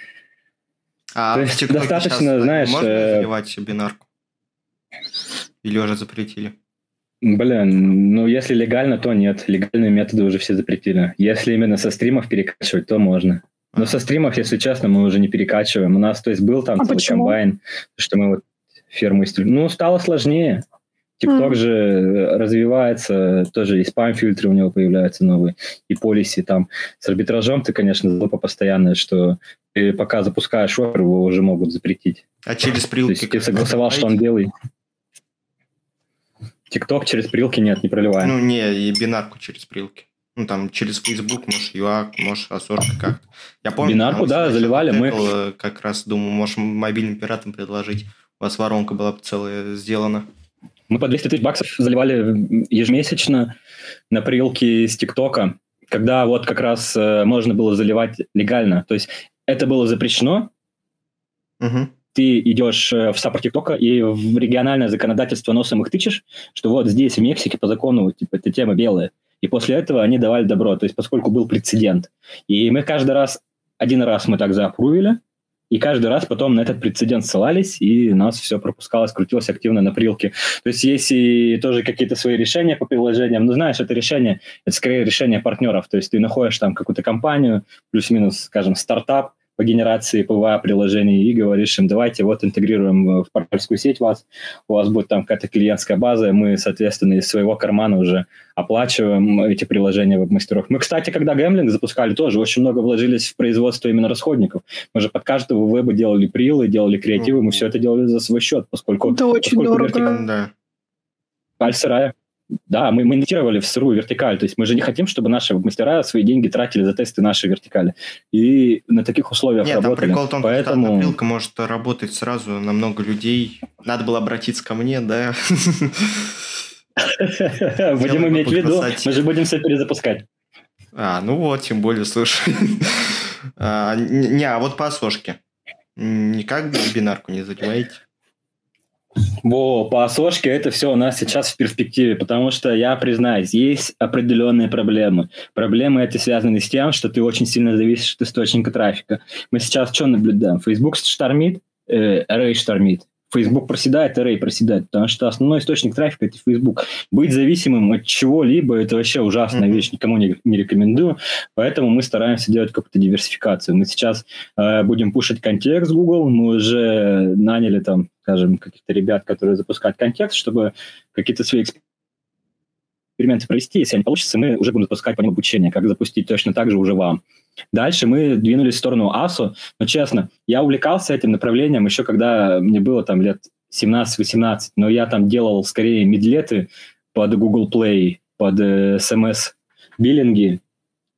А то есть достаточно, знаешь... Можно заливать бинарку? Или уже запретили? Блин, ну если легально, то нет. Легальные методы уже все запретили. Если именно со стримов перекачивать, то можно. Но со стримов, если честно, мы уже не перекачиваем. У нас, то есть, был там а целый почему? комбайн, что мы вот ферму истребили. Ну, стало сложнее. ТикТок mm. же развивается, тоже и спам-фильтры у него появляются новые, и полиси там. С арбитражом ты, конечно, залупа постоянная, что ты пока запускаешь оффер, его уже могут запретить. А через прилки? То есть ты согласовал, что он белый. ТикТок через прилки нет, не проливаем. Ну, не, и бинарку через прилки. Ну, там, через Facebook, может, ЮАК, может, Азорка как-то. Я помню, бинарку, да, заливали мы. Было, как раз думаю, можем мобильным пиратам предложить. У вас воронка была бы целая сделана. Мы по двести тысяч баксов заливали ежемесячно на прилки с ТикТока, когда вот как раз э, можно было заливать легально. То есть это было запрещено. Угу. Ты идешь в саппорт ТикТока и в региональное законодательство носом их тычешь, что вот здесь, в Мексике, по закону, типа, эта тема белая. И после этого они давали добро, то есть поскольку был прецедент. И мы каждый раз, один раз мы так заапрувили, и каждый раз потом на этот прецедент ссылались, и нас все пропускалось, крутилось активно на прилке. То есть есть и тоже какие-то свои решения по приложениям. Ну, знаешь, это решение, это скорее решение партнеров. То есть ты находишь там какую-то компанию, плюс-минус, скажем, стартап, по генерации пи ви эй-приложений и говоришь им, давайте вот интегрируем в партнерскую сеть вас, у вас будет там какая-то клиентская база, мы, соответственно, из своего кармана уже оплачиваем эти приложения веб-мастеров. Мы, кстати, когда гэмблинг запускали, тоже очень много вложились в производство именно расходников. Мы же под каждого веба делали прилы, делали креативы, мы все это делали за свой счет, поскольку... Это очень поскольку дорого. Вертикаль, да. Вертикаль сырая. Да, мы, мы инвестировали в сырую вертикаль, то есть мы же не хотим, чтобы наши мастера свои деньги тратили за тесты нашей вертикали. И на таких условиях Нет, работали. Нет, там прикол в том, Поэтому... что одна прилка может работать сразу на много людей. Надо было обратиться ко мне, да. Будем иметь в виду, мы же будем все перезапускать. А, ну вот, тем более, слушай. Не, а вот по осошке. Никак бинарку не заливаете? Во, по осошке это все у нас сейчас в перспективе, потому что, я признаюсь, есть определенные проблемы. Проблемы эти связаны с тем, что ты очень сильно зависишь от источника трафика. Мы сейчас что наблюдаем? Facebook штормит, э, Array штормит. Facebook проседает, Array проседает, потому что основной источник трафика – это Facebook. Быть зависимым от чего-либо – это вообще ужасная mm-hmm. вещь, никому не, не рекомендую, поэтому мы стараемся делать какую-то диверсификацию. Мы сейчас э, будем пушить контекст Google, мы уже наняли там, скажем, каких-то ребят, которые запускают контекст, чтобы какие-то свои эксперименты провести. Если они получатся, мы уже будем запускать по ним обучение, как запустить точно так же уже вам. Дальше мы двинулись в сторону асо, но, честно, я увлекался этим направлением еще когда мне было там лет семнадцать-восемнадцать, но я там делал скорее мидлеты под Google Play, под э, эс эм эс-биллинги,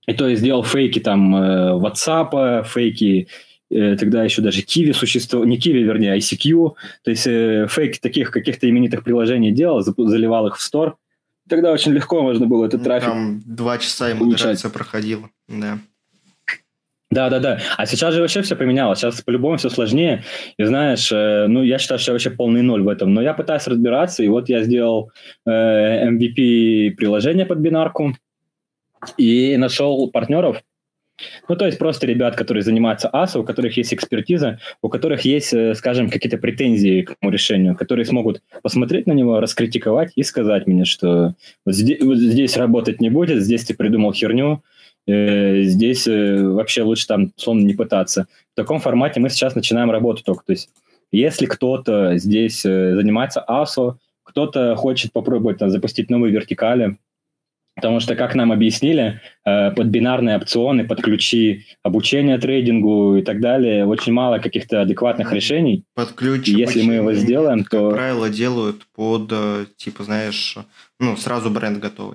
И то есть сделал фейки там WhatsApp, фейки, тогда еще даже Kiwi существовал, не Kiwi, вернее, ай си кью, то есть фейки таких каких-то именитых приложений делал, заливал их в стор. Тогда очень легко можно было этот трафик. Там два часа и модерация проходила, да. Да-да-да. А сейчас же вообще все поменялось. Сейчас по-любому все сложнее. И знаешь, э, ну, я считаю, что я вообще полный ноль в этом. Но я пытаюсь разбираться. И вот я сделал э, эм ви пи-приложение под бинарку и нашел партнеров. Ну, то есть просто ребят, которые занимаются эй эс, у которых есть экспертиза, у которых есть, э, скажем, какие-то претензии к моему решению, которые смогут посмотреть на него, раскритиковать и сказать мне, что вот здесь, вот здесь работать не будет, здесь ты придумал херню, здесь вообще лучше там, условно, не пытаться. В таком формате мы сейчас начинаем работу только. То есть если кто-то здесь занимается эй эс, кто-то хочет попробовать там, запустить новые вертикали, потому что, как нам объяснили, под бинарные опционы, под ключи обучения трейдингу и так далее, очень мало каких-то адекватных решений. Под ключ и если мы его сделаем, как то... Как правило, делают под, типа, знаешь, ну, сразу бренд готовый.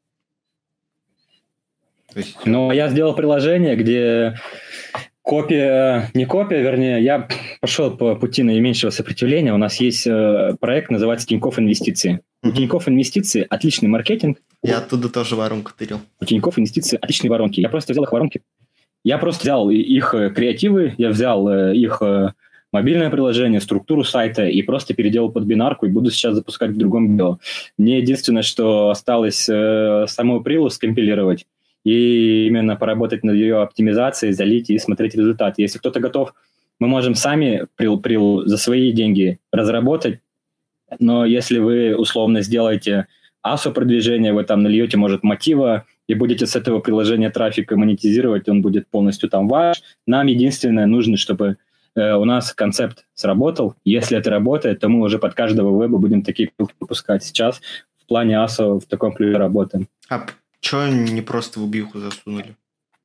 Есть... Ну, я сделал приложение, где копия, не копия, вернее, я пошел по пути наименьшего сопротивления. У нас есть э, проект, называется Тинькофф Инвестиции. Mm-hmm. У Тинькофф Инвестиции отличный маркетинг. Я оттуда тоже воронку тырил. У Тинькофф Инвестиции отличные воронки. Я просто взял их воронки. Я просто взял их креативы, я взял их мобильное приложение, структуру сайта и просто переделал под бинарку и буду сейчас запускать в другом видео. Мне единственное, что осталось э, саму прилу скомпилировать и именно поработать над ее оптимизацией, залить и смотреть результат. Если кто-то готов, мы можем сами прил, прил за свои деньги разработать, но если вы условно сделаете эй эс-продвижение, вы там нальете, может, мотива, и будете с этого приложения трафика монетизировать, он будет полностью там ваш. Нам единственное нужно, чтобы э, у нас концепт сработал. Если это работает, то мы уже под каждого веба будем такие пилки выпускать. Сейчас в плане эй эс в таком ключе работаем. А чего не просто в убиху засунули?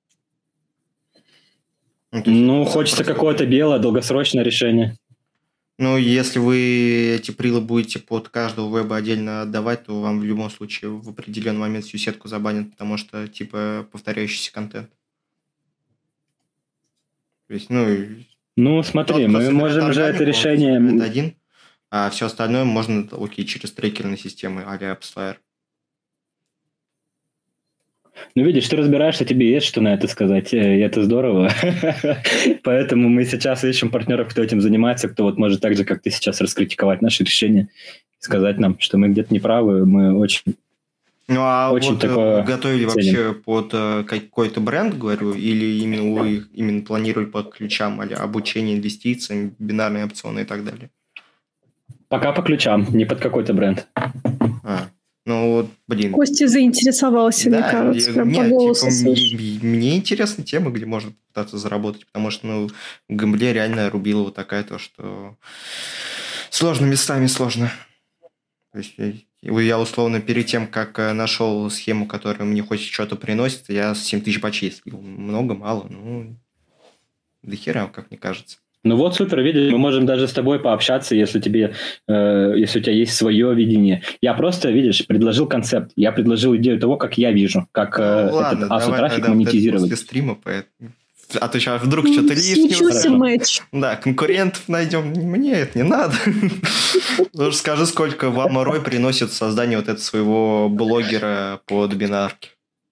Ну, ну хочется просто... какое-то белое, долгосрочное решение. Ну, если вы эти прилы будете под каждого веба отдельно отдавать, то вам в любом случае в определенный момент всю сетку забанят, потому что, типа, повторяющийся контент. То есть, ну... Ну, смотри, тот, мы можем же это решение... Это один, а все остальное можно, окей, через трекерные системы, а-ля AppsFlyer. Ну, видишь, ты разбираешься, тебе есть что на это сказать, и это здорово. Поэтому мы сейчас ищем партнеров, кто этим занимается, кто вот может так же, как ты сейчас, раскритиковать наши решения, сказать нам, что мы где-то неправы, мы очень... Ну, а очень вот такое готовили ценим. Вообще под какой-то бренд, говорю, или именно вы именно планировали под ключам, а-ля обучение инвестициям, бинарные опционы и так далее? Пока по ключам, не под какой-то бренд. А. Ну вот, блин. Костя заинтересовался, да, мне кажется, я, нет, по голосу. Типа, мне, мне интересна тема, где можно пытаться заработать, потому что, ну, в Гэмбле реально рубила вот такая то, что сложно местами, сложно. То есть я, я условно перед тем, как нашел схему, которая мне хоть что-то приносит, я семь тысяч почистил. Много, мало, ну, до хера, как мне кажется. Ну вот супер, видишь, мы можем даже с тобой пообщаться, если тебе, э, если у тебя есть свое видение. Я просто, видишь, предложил концепт, я предложил идею того, как я вижу, как э, ну, ладно, этот АСО-трафик монетизировать. После стрима, поэтому... А то сейчас вдруг что-то лишнего. Да, конкурентов найдем. Мне это не надо. Лучше скажи, сколько вам Рой приносит создание вот этого своего блогера под бинарки.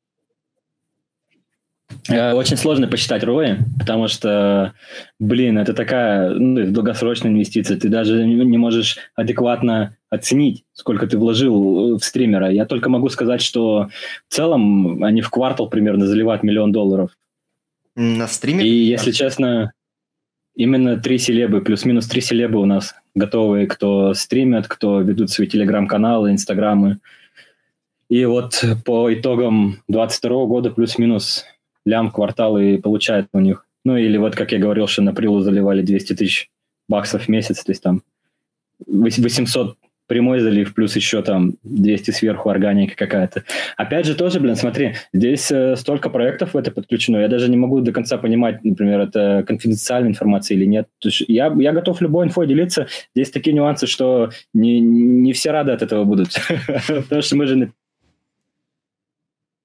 Очень сложно посчитать рои, потому что, блин, это такая ну, долгосрочная инвестиция. Ты даже не можешь адекватно оценить, сколько ты вложил в стримера. Я только могу сказать, что в целом они в квартал примерно заливают миллион долларов. На стриме? И, если честно, именно три селебы, плюс-минус три селебы у нас готовые, кто стримят, кто ведут свои телеграм-каналы, инстаграмы. И вот по итогам двадцать второго года плюс-минус лям квартал и получает у них. Ну, или вот, как я говорил, что на прилу заливали двести тысяч баксов в месяц, то есть там восемьсот прямой залив, плюс еще там двести сверху органика какая-то. Опять же, тоже, блин, смотри, здесь э, столько проектов в это подключено, я даже не могу до конца понимать, например, это конфиденциальная информация или нет. То есть я, я готов любой инфой делиться. Здесь такие нюансы, что не, не все рады от этого будут. Потому что мы же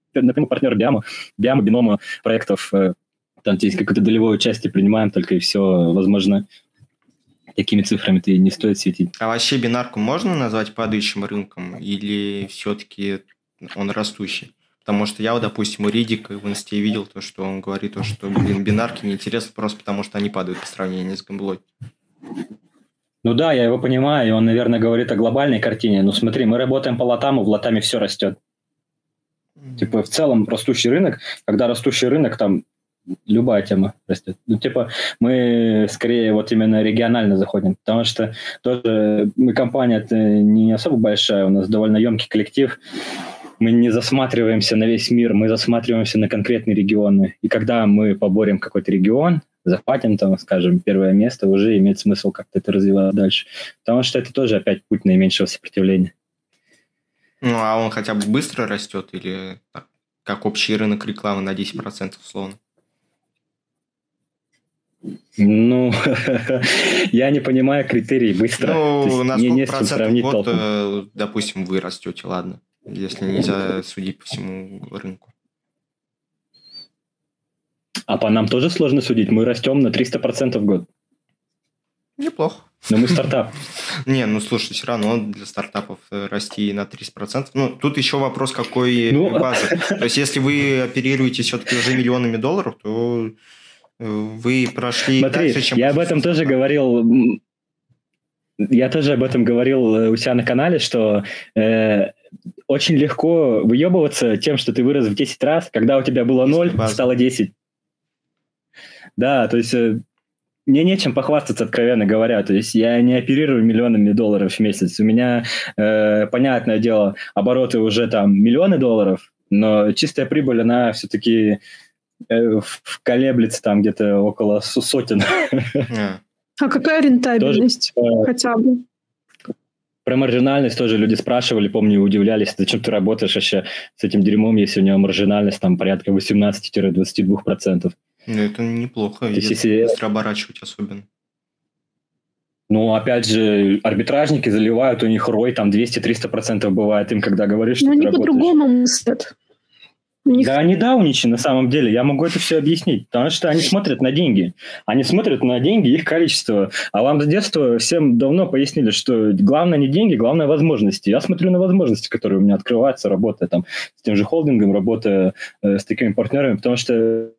напрямую партнер Биама, Биама, Бинома проектов, там здесь какое-то долевое участие принимаем, только и все, возможно, такими цифрами-то и не стоит светить. А вообще бинарку можно назвать падающим рынком или все-таки он растущий? Потому что я, вот, допустим, у Ридика в инсте видел то, что он говорит, то, что, блин, бинарки неинтересны просто потому, что они падают по сравнению с гамблой. Ну да, я его понимаю, и он, наверное, говорит о глобальной картине. Ну смотри, мы работаем по лотам, и в лотами все растет. Mm-hmm. Типа в целом растущий рынок, когда растущий рынок, там любая тема растет. Ну типа мы скорее вот именно регионально заходим, потому что тоже мы компания-то не особо большая, у нас довольно емкий коллектив. Мы не засматриваемся на весь мир, мы засматриваемся на конкретные регионы. И когда мы поборем какой-то регион, захватим там, скажем, первое место, уже имеет смысл как-то это развивать дальше. Потому что это тоже опять путь наименьшего сопротивления. Ну, а он хотя бы быстро растет или так, как общий рынок рекламы на десять процентов условно? Ну, я не понимаю критерий быстро. Ну, на сколько процентов в год, толком. Допустим, вы растете, ладно, если нельзя судить по всему рынку. А по нам тоже сложно судить. Мы растем на триста процентов в год. Неплохо. Но мы стартап. Не, ну слушай, все равно для стартапов расти на триста процентов. Ну, тут еще вопрос, какой ну... базы. То есть, если вы оперируете все-таки уже миллионами долларов, то вы прошли Смотри, дальше, чем... я об этом тоже говорил... Я тоже об этом говорил у себя на канале, что э, очень легко выебываться тем, что ты вырос в десять раз, когда у тебя было ноль, стало десять. Да, то есть э, мне нечем похвастаться, откровенно говоря. То есть я не оперирую миллионами долларов в месяц. У меня, э, понятное дело, обороты уже там миллионы долларов, но чистая прибыль, она все-таки э, колеблется там где-то около сотен. А какая рентабельность тоже, хотя бы? Про маржинальность тоже люди спрашивали, помню, удивлялись, зачем ты работаешь вообще с этим дерьмом, если у него маржинальность там порядка восемнадцать-двадцать два процента. Ну, это неплохо, если, если быстро оборачивать особенно. Ну, опять же, арбитражники заливают, у них рой там двести-триста процентов бывает им, когда говоришь, что но ты они работаешь. по-другому мыслят. Них... Да, они дауничи на самом деле, я могу это все объяснить, потому что они смотрят на деньги, они смотрят на деньги, их количество, а вам с детства всем давно пояснили, что главное не деньги, главное возможности. Я смотрю на возможности, которые у меня открываются, работая там с тем же холдингом, работая э, с такими партнерами, потому что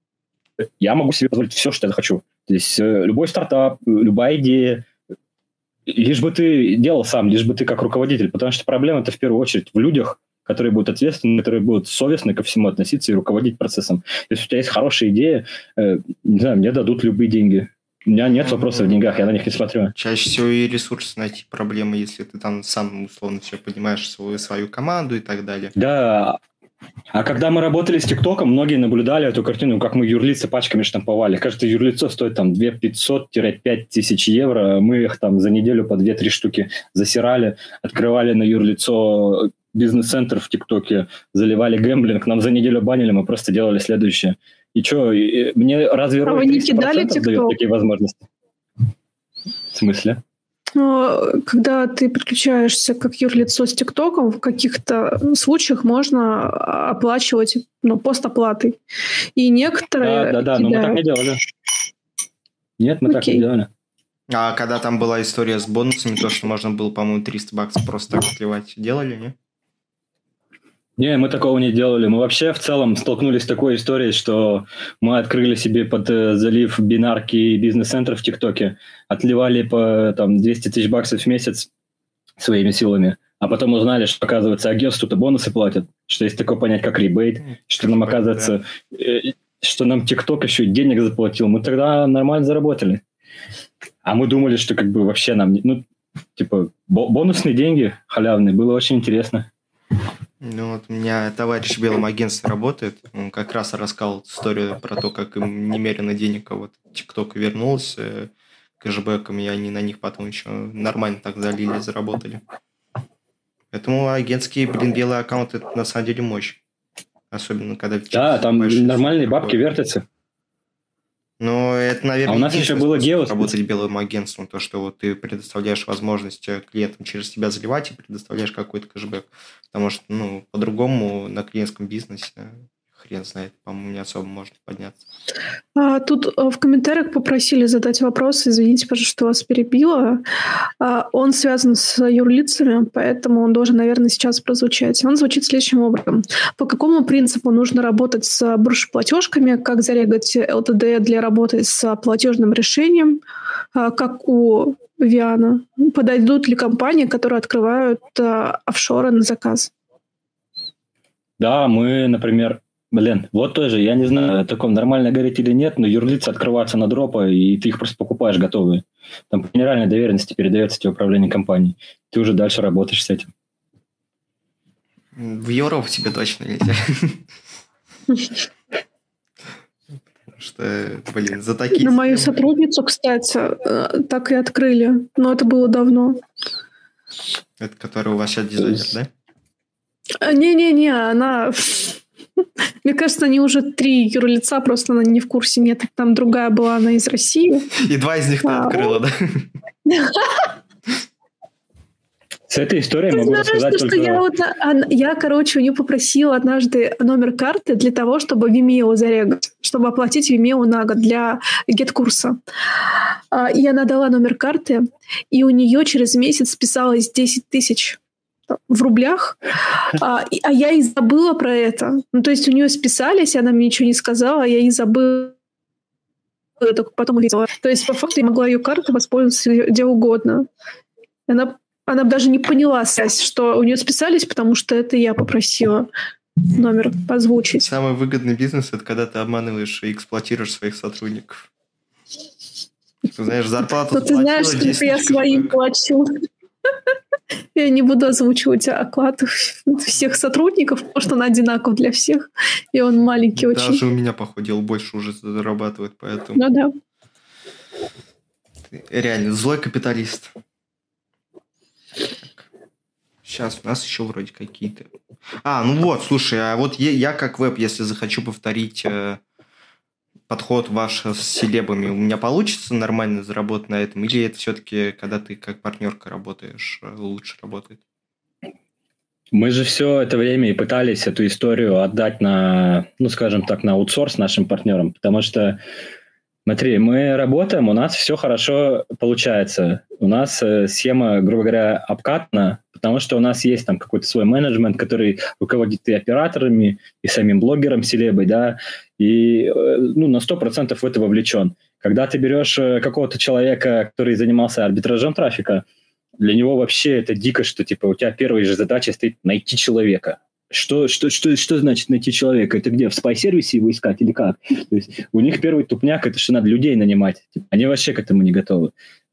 я могу себе позволить все, что я захочу. То есть э, любой стартап, любая идея, лишь бы ты делал сам, лишь бы ты как руководитель, потому что проблема-то в первую очередь в людях, которые будут ответственны, которые будут совестны ко всему относиться и руководить процессом. Если у тебя есть хорошая идея, э, не знаю, мне дадут любые деньги. У меня нет вопросов в деньгах, я на них не смотрю. Чаще всего и ресурсы найти проблемы, если ты там сам условно все понимаешь, свою, свою команду и так далее. Да, а когда мы работали с ТикТоком, многие наблюдали эту картину, как мы юрлицы пачками штамповали. Каждое юрлицо стоит там две тысячи пятьсот - пять тысяч евро. Мы их там за неделю по две-три штуки засирали, открывали на юрлицо бизнес-центр в ТикТоке, заливали гэмблинг, нам за неделю банили, мы просто делали следующее. И что, мне разве а вы не кидали дает такие возможности? В смысле? Когда ты подключаешься как юрлицо с ТикТоком, в каких-то случаях можно оплачивать ну, постоплатой. И некоторые... Да, да, да, но мы так не делали. Нет, мы Окей. так не делали. А когда там была история с бонусами, то, что можно было, по-моему, триста баксов просто так сливать, делали, не? Не, мы такого не делали. Мы вообще в целом столкнулись с такой историей, что мы открыли себе под э, залив бинарки и бизнес-центр в ТикТоке, отливали по там, двести тысяч баксов в месяц своими силами, а потом узнали, что, оказывается, агентству-то бонусы платят, что есть такое понятие, как ребейт, что нам, оказывается, э, что нам ТикТок еще и денег заплатил. Мы тогда нормально заработали. А мы думали, что как бы вообще нам... Ну, типа, бонусные деньги халявные. Было очень интересно. Ну, вот у меня товарищ в белом агентстве работает. Он как раз рассказал историю про то, как им немерено денег а вот ТикТок вернулся кэшбэком, и они на них потом еще нормально так залили, заработали. Поэтому агентские, блин, белые аккаунты – это на самом деле мощь. Особенно, когда... Да, там нормальные бабки вертятся. Но это, наверное, а у нас еще было гео работать белым агентством, то, что вот ты предоставляешь возможность клиентам через тебя заливать и предоставляешь какой-то кэшбэк. Потому что, ну, по-другому на клиентском бизнесе хрен знает, по-моему, не особо можно подняться. А, тут в комментариях попросили задать вопрос, извините, пожалуйста, что вас перебила. А, он связан с юрлицами, поэтому он должен, наверное, сейчас прозвучать. Он звучит следующим образом. По какому принципу нужно работать с брошь-платежками, как зарегать эл тэ дэ для работы с платежным решением, а, как у Виана? Подойдут ли компании, которые открывают а, офшоры на заказ? Да, мы, например, Блин, вот тоже, я не знаю, о таком нормально говорить или нет, но юрлицы открываются на дропы, и ты их просто покупаешь готовые. Там по генеральной доверенности передается тебе управление компанией. Ты уже дальше работаешь с этим. В Европу тебе точно нельзя. Потому что, блин, за такие... На мою сотрудницу, кстати, так и открыли, но это было давно. Это которая у вас сейчас дизайнер, да? Не-не-не, она... Мне кажется, они уже три юрлица, просто она не в курсе. Нет, там другая была, она из России. И два из них ты а, открыла, да? С этой историей могу знаешь, рассказать что, только... Что я, вот, я, короче, у нее попросила однажды номер карты для того, чтобы Vimeo зарегать, чтобы оплатить Vimeo на год для гет-курса. И она дала номер карты, и у нее через месяц списалось десять тысяч в рублях, а, а я и забыла про это. Ну, то есть у нее списались, она мне ничего не сказала, а я и забыла. Только потом увидела. То есть по факту я могла ее картой воспользоваться где угодно. Она, она даже не поняла связь, что у нее списались, потому что это я попросила номер позвучить. Самый выгодный бизнес – это когда ты обманываешь и эксплуатируешь своих сотрудников. Ты знаешь, зарплату заплатила, ты знаешь, сколько я своим плачу. Я не буду озвучивать оклад всех сотрудников, потому что он одинаков для всех, и он маленький Даже очень. Даже у меня, походу, больше уже зарабатывает, поэтому... Ну да. Реально, злой капиталист. Так. Сейчас у нас еще вроде какие-то... А, ну вот, слушай, а вот я, я как веб, если захочу повторить э, подход ваш с селебами, у меня получится нормально заработать на этом? Или это все-таки, когда ты как партнерка работаешь, лучше работает? Мы же все это время и пытались эту историю отдать на, ну, скажем так, на аутсорс нашим партнерам, потому что, смотри, мы работаем, у нас все хорошо получается. У нас э, схема, грубо говоря, обкатана, потому что у нас есть там какой-то свой менеджмент, который руководит и операторами, и самим блогером селебой, да, и э, ну, на сто процентов в это вовлечен. Когда ты берешь э, какого-то человека, который занимался арбитражом трафика, для него вообще это дико, что типа у тебя первая же задача стоит найти человека. Что, что, что, что значит найти человека? Это где? В спай-сервисе его искать или как? То есть у них первый тупняк – это что надо людей нанимать. Они вообще к этому не готовы.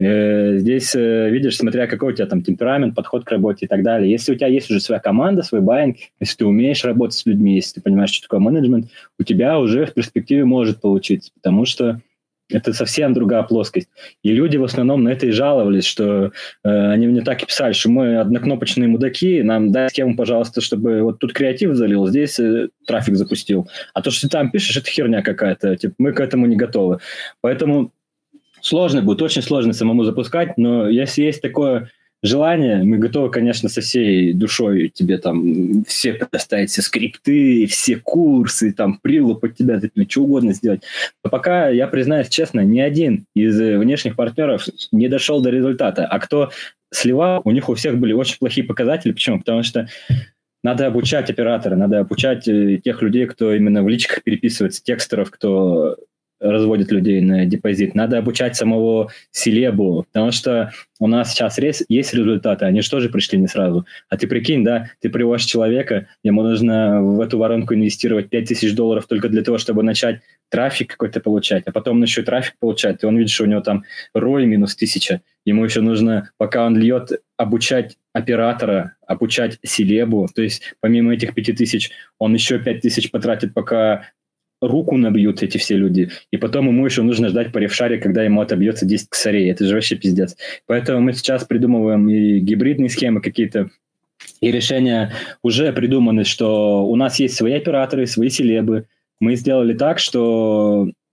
Э, здесь, э, видишь, смотря какой у тебя там темперамент, подход к работе и так далее. Если у тебя есть уже своя команда, свой байинг, если ты умеешь работать с людьми, если ты понимаешь, что такое менеджмент, у тебя уже в перспективе может получиться, потому что это совсем другая плоскость. И люди в основном на это и жаловались, что э, они мне так и писали, что мы однокнопочные мудаки, нам дай схему, пожалуйста, чтобы вот тут креатив залил, здесь э, трафик запустил. А то, что ты там пишешь, это херня какая-то. Типа, мы к этому не готовы. Поэтому сложно будет, очень сложно самому запускать, но если есть такое желание, мы готовы, конечно, со всей душой тебе там все предоставить, все скрипты, все курсы, там, прилу под тебя, что угодно сделать. Но пока, я признаюсь честно, ни один из внешних партнеров не дошел до результата. А кто сливал, у них у всех были очень плохие показатели. Почему? Потому что надо обучать оператора, надо обучать тех людей, кто именно в личках переписывается, текстеров, кто разводит людей на депозит. Надо обучать самого селебу, потому что у нас сейчас есть результаты, они же тоже пришли не сразу. А ты прикинь, да, ты привозишь человека, ему нужно в эту воронку инвестировать пять тысяч долларов только для того, чтобы начать трафик какой-то получать, а потом он еще и трафик получает, и он видит, что у него там рой минус тысяча. Ему еще нужно, пока он льет, обучать оператора, обучать селебу, то есть помимо этих пяти тысяч он еще пять тысяч потратит, пока руку набьют эти все люди, и потом ему еще нужно ждать по рефшаре, когда ему отобьется десять косарей. Это же вообще пиздец. Поэтому мы сейчас придумываем и гибридные схемы какие-то, и решения уже придуманы, что у нас есть свои операторы, свои селебы. Мы сделали так, что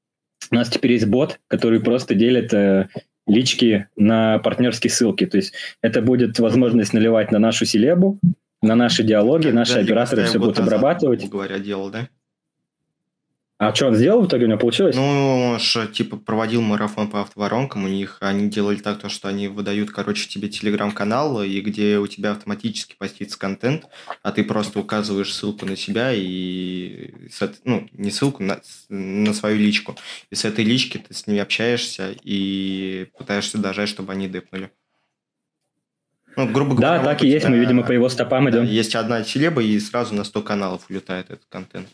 У нас теперь есть бот, который просто делит э, лички на партнерские ссылки. То есть это будет возможность наливать на нашу селебу, на наши диалоги, Как наши Дэн операторы все будут назад, обрабатывать. грубо говоря, делал, да? А что он сделал в итоге? У него получилось? Ну, он же, типа, проводил марафон по автоворонкам. У них они делали так, то, что они выдают, короче, тебе телеграм-канал, и где у тебя автоматически постится контент, а ты просто указываешь ссылку на себя и... Ну, не ссылку, на, на свою личку. И с этой лички ты с ними общаешься и пытаешься дожать, чтобы они депнули. Ну, грубо говоря, да, так и есть. Мы, видимо, по его стопам идем. Да, есть одна селеба, и сразу на сто каналов улетает этот контент.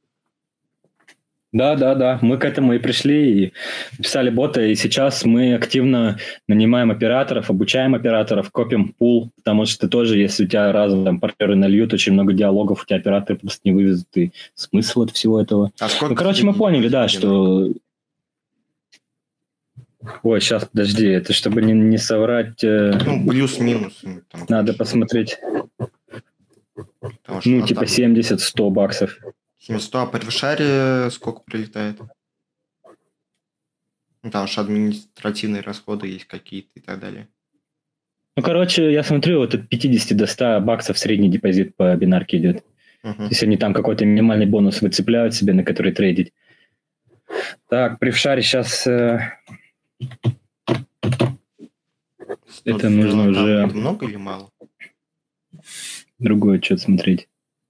Да, да, да. Мы к этому и пришли, и писали бота, и сейчас мы активно нанимаем операторов, обучаем операторов, копим пул, потому что тоже, если у тебя разом там партнеры нальют, очень много диалогов, у тебя операторы просто не вывезут, и смысл от всего этого. А ну, короче, мы поняли, да, что... Ой, сейчас, подожди, это чтобы не, не соврать... Ну, плюс-минус. Там, надо посмотреть. Потому, ну, типа семьдесят-сто баксов. семьдесят, а по ревшаре сколько прилетает? Ну, там же административные расходы есть какие-то и так далее. Ну, короче, я смотрю, вот от пятидесяти до ста баксов средний депозит по бинарке идет. Uh-huh. Если они там какой-то минимальный бонус выцепляют себе, на который трейдить. Так, при вшаре сейчас... Э... Это нужно уже... Это много или мало? Другое что-то смотреть.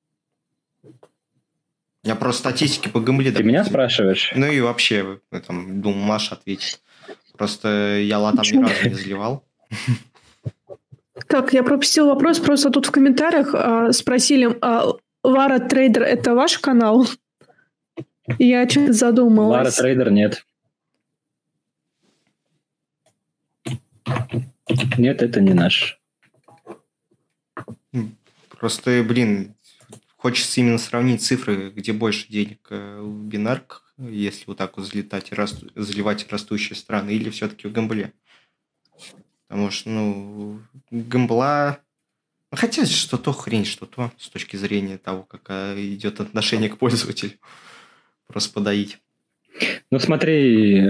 Я просто статистики по гамбле... Ты допустим. Меня спрашиваешь? Ну и вообще, там, думаю, Маша ответит. Просто я латам ни разу не заливал. Так, я пропустил вопрос. Просто тут в комментариях а, спросили, а Lara Trader – это ваш канал? Я что-то задумалась. Lara Trader нет. Нет, это не наш. Просто, блин... Хочется именно сравнить цифры, где больше денег в бинарках, если вот так вот взлетать и расту, заливать растущие страны, или все-таки в гамбле. Потому что, ну, гамбла... Хотя что то хрень, что то, с точки зрения того, как идет отношение к пользователю. Просто подоить. Ну, смотри,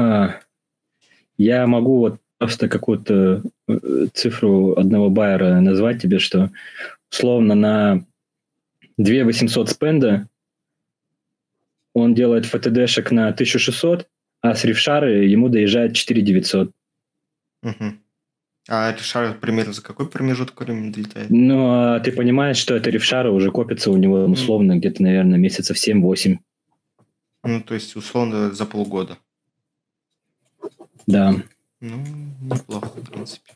я могу вот просто какую-то цифру одного байера назвать тебе, что условно на две тысячи восемьсот спенда он делает эф ти ди-шек на тысячу шестьсот, а с ревшары ему доезжает четыре тысячи девятьсот. Угу. А ревшара примерно за какой промежуток времени долетает? Ну, а ты понимаешь, что это ревшара уже копится у него условно где-то, наверное, месяцев семь-восемь. Ну, то есть, условно, за полгода. Да. Ну, неплохо, в принципе.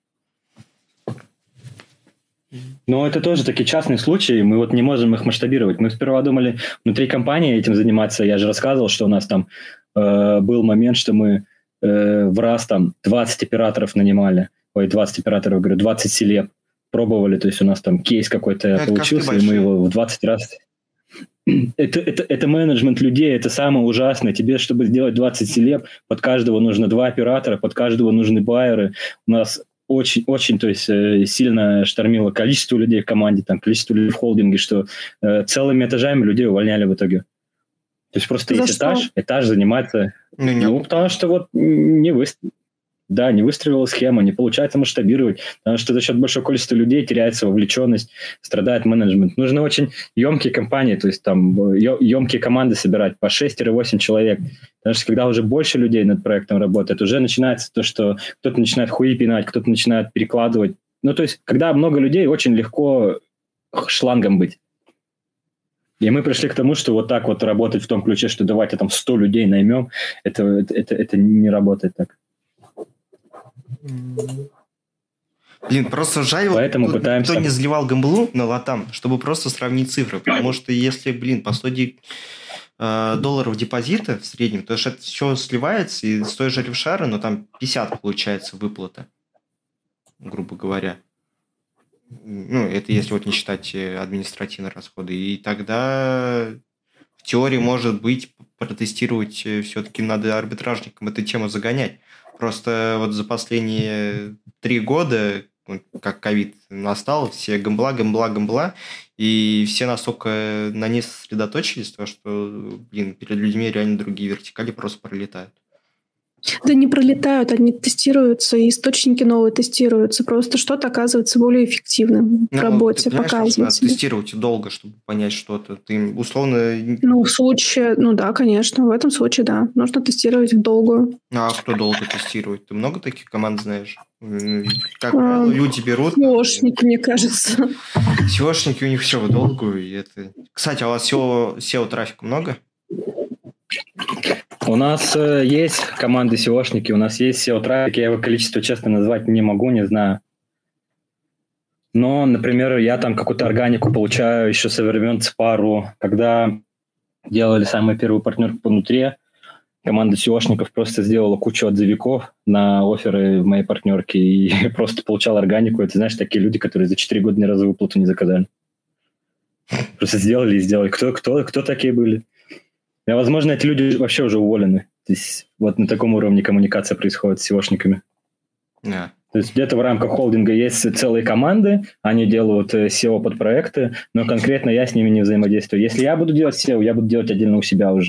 Но это тоже такие частные случаи, мы вот не можем их масштабировать. Мы сперва думали внутри компании этим заниматься. Я же рассказывал, что у нас там э, был момент, что мы э, в раз там двадцать операторов нанимали. Ой, двадцать операторов, говорю, двадцать селеб пробовали. То есть у нас там кейс какой-то это получился, и мы его в двадцать раз... Это, это, это менеджмент людей, это самое ужасное. Тебе, чтобы сделать двадцать селеб, под каждого нужно два оператора, под каждого нужны байеры. У нас очень, очень, то есть сильно штормило количество людей в команде, там, количество людей в холдинге, что э, целыми этажами людей увольняли в итоге. То есть просто За есть что? этаж, этаж занимается... Ну, ну потому что вот не выстрелил. Да, не выстроила схема, не получается масштабировать, потому что за счет большого количества людей теряется вовлеченность, страдает менеджмент. Нужны очень емкие компании, то есть там емкие команды собирать по шесть-восемь человек. Потому что когда уже больше людей над проектом работает, уже начинается то, что кто-то начинает хуи пинать, кто-то начинает перекладывать. Ну, то есть, когда много людей, очень легко шлангом быть. И мы пришли к тому, что вот так вот работать в том ключе, что давайте там сто людей наймем, это, это, это не работает так. Блин, просто жаль, Поэтому кто, пытаемся... кто не заливал гамблу на латам, чтобы просто сравнить цифры. Потому что если, блин, по сто э, долларов депозита в среднем, то это все сливается, и с той же ревшары, но там пятьдесят получается выплата, грубо говоря. Ну, это если вот не считать административные расходы. И тогда в теории, может быть, протестировать все-таки надо арбитражникам эту тему загонять. Просто вот за последние три года как ковид настал, все гамбла, гамбла, гамбла, и все настолько на ней сосредоточились, то, что, блин, перед людьми реально другие вертикали просто пролетают. Да не пролетают, они тестируются, и источники новые тестируются. Просто что-то оказывается более эффективным ну, в работе, ты показывать. Нужно тестировать долго, чтобы понять что-то. Ты условно... Ну, в случае... Ну да, конечно, в этом случае, да. Нужно тестировать в долгую. А кто долго тестирует? Ты много таких команд знаешь? Как правило, люди берут... сеошники, мне кажется. сеошники у них все в долгую. И это... Кстати, а у вас сео, сео-трафика много? У нас э, есть команды сеошники, у нас есть сео-трафик, я его количество, честно, назвать не могу, не знаю. Но, например, я там какую-то органику получаю еще со времен Цепару, когда делали самый первый партнер по нутре, команда сеошников просто сделала кучу отзывиков на офферы в моей партнерке и просто получал органику. Это, знаешь, такие люди, которые за четыре года ни разу выплату не заказали. Просто сделали и сделали. Кто, кто, кто такие были? И, возможно, эти люди вообще уже уволены. То есть вот на таком уровне коммуникация происходит с сеошниками. Yeah. То есть где-то в рамках холдинга есть целые команды, они делают сео под проекты, но конкретно я с ними не взаимодействую. Если я буду делать сео, я буду делать отдельно у себя уже.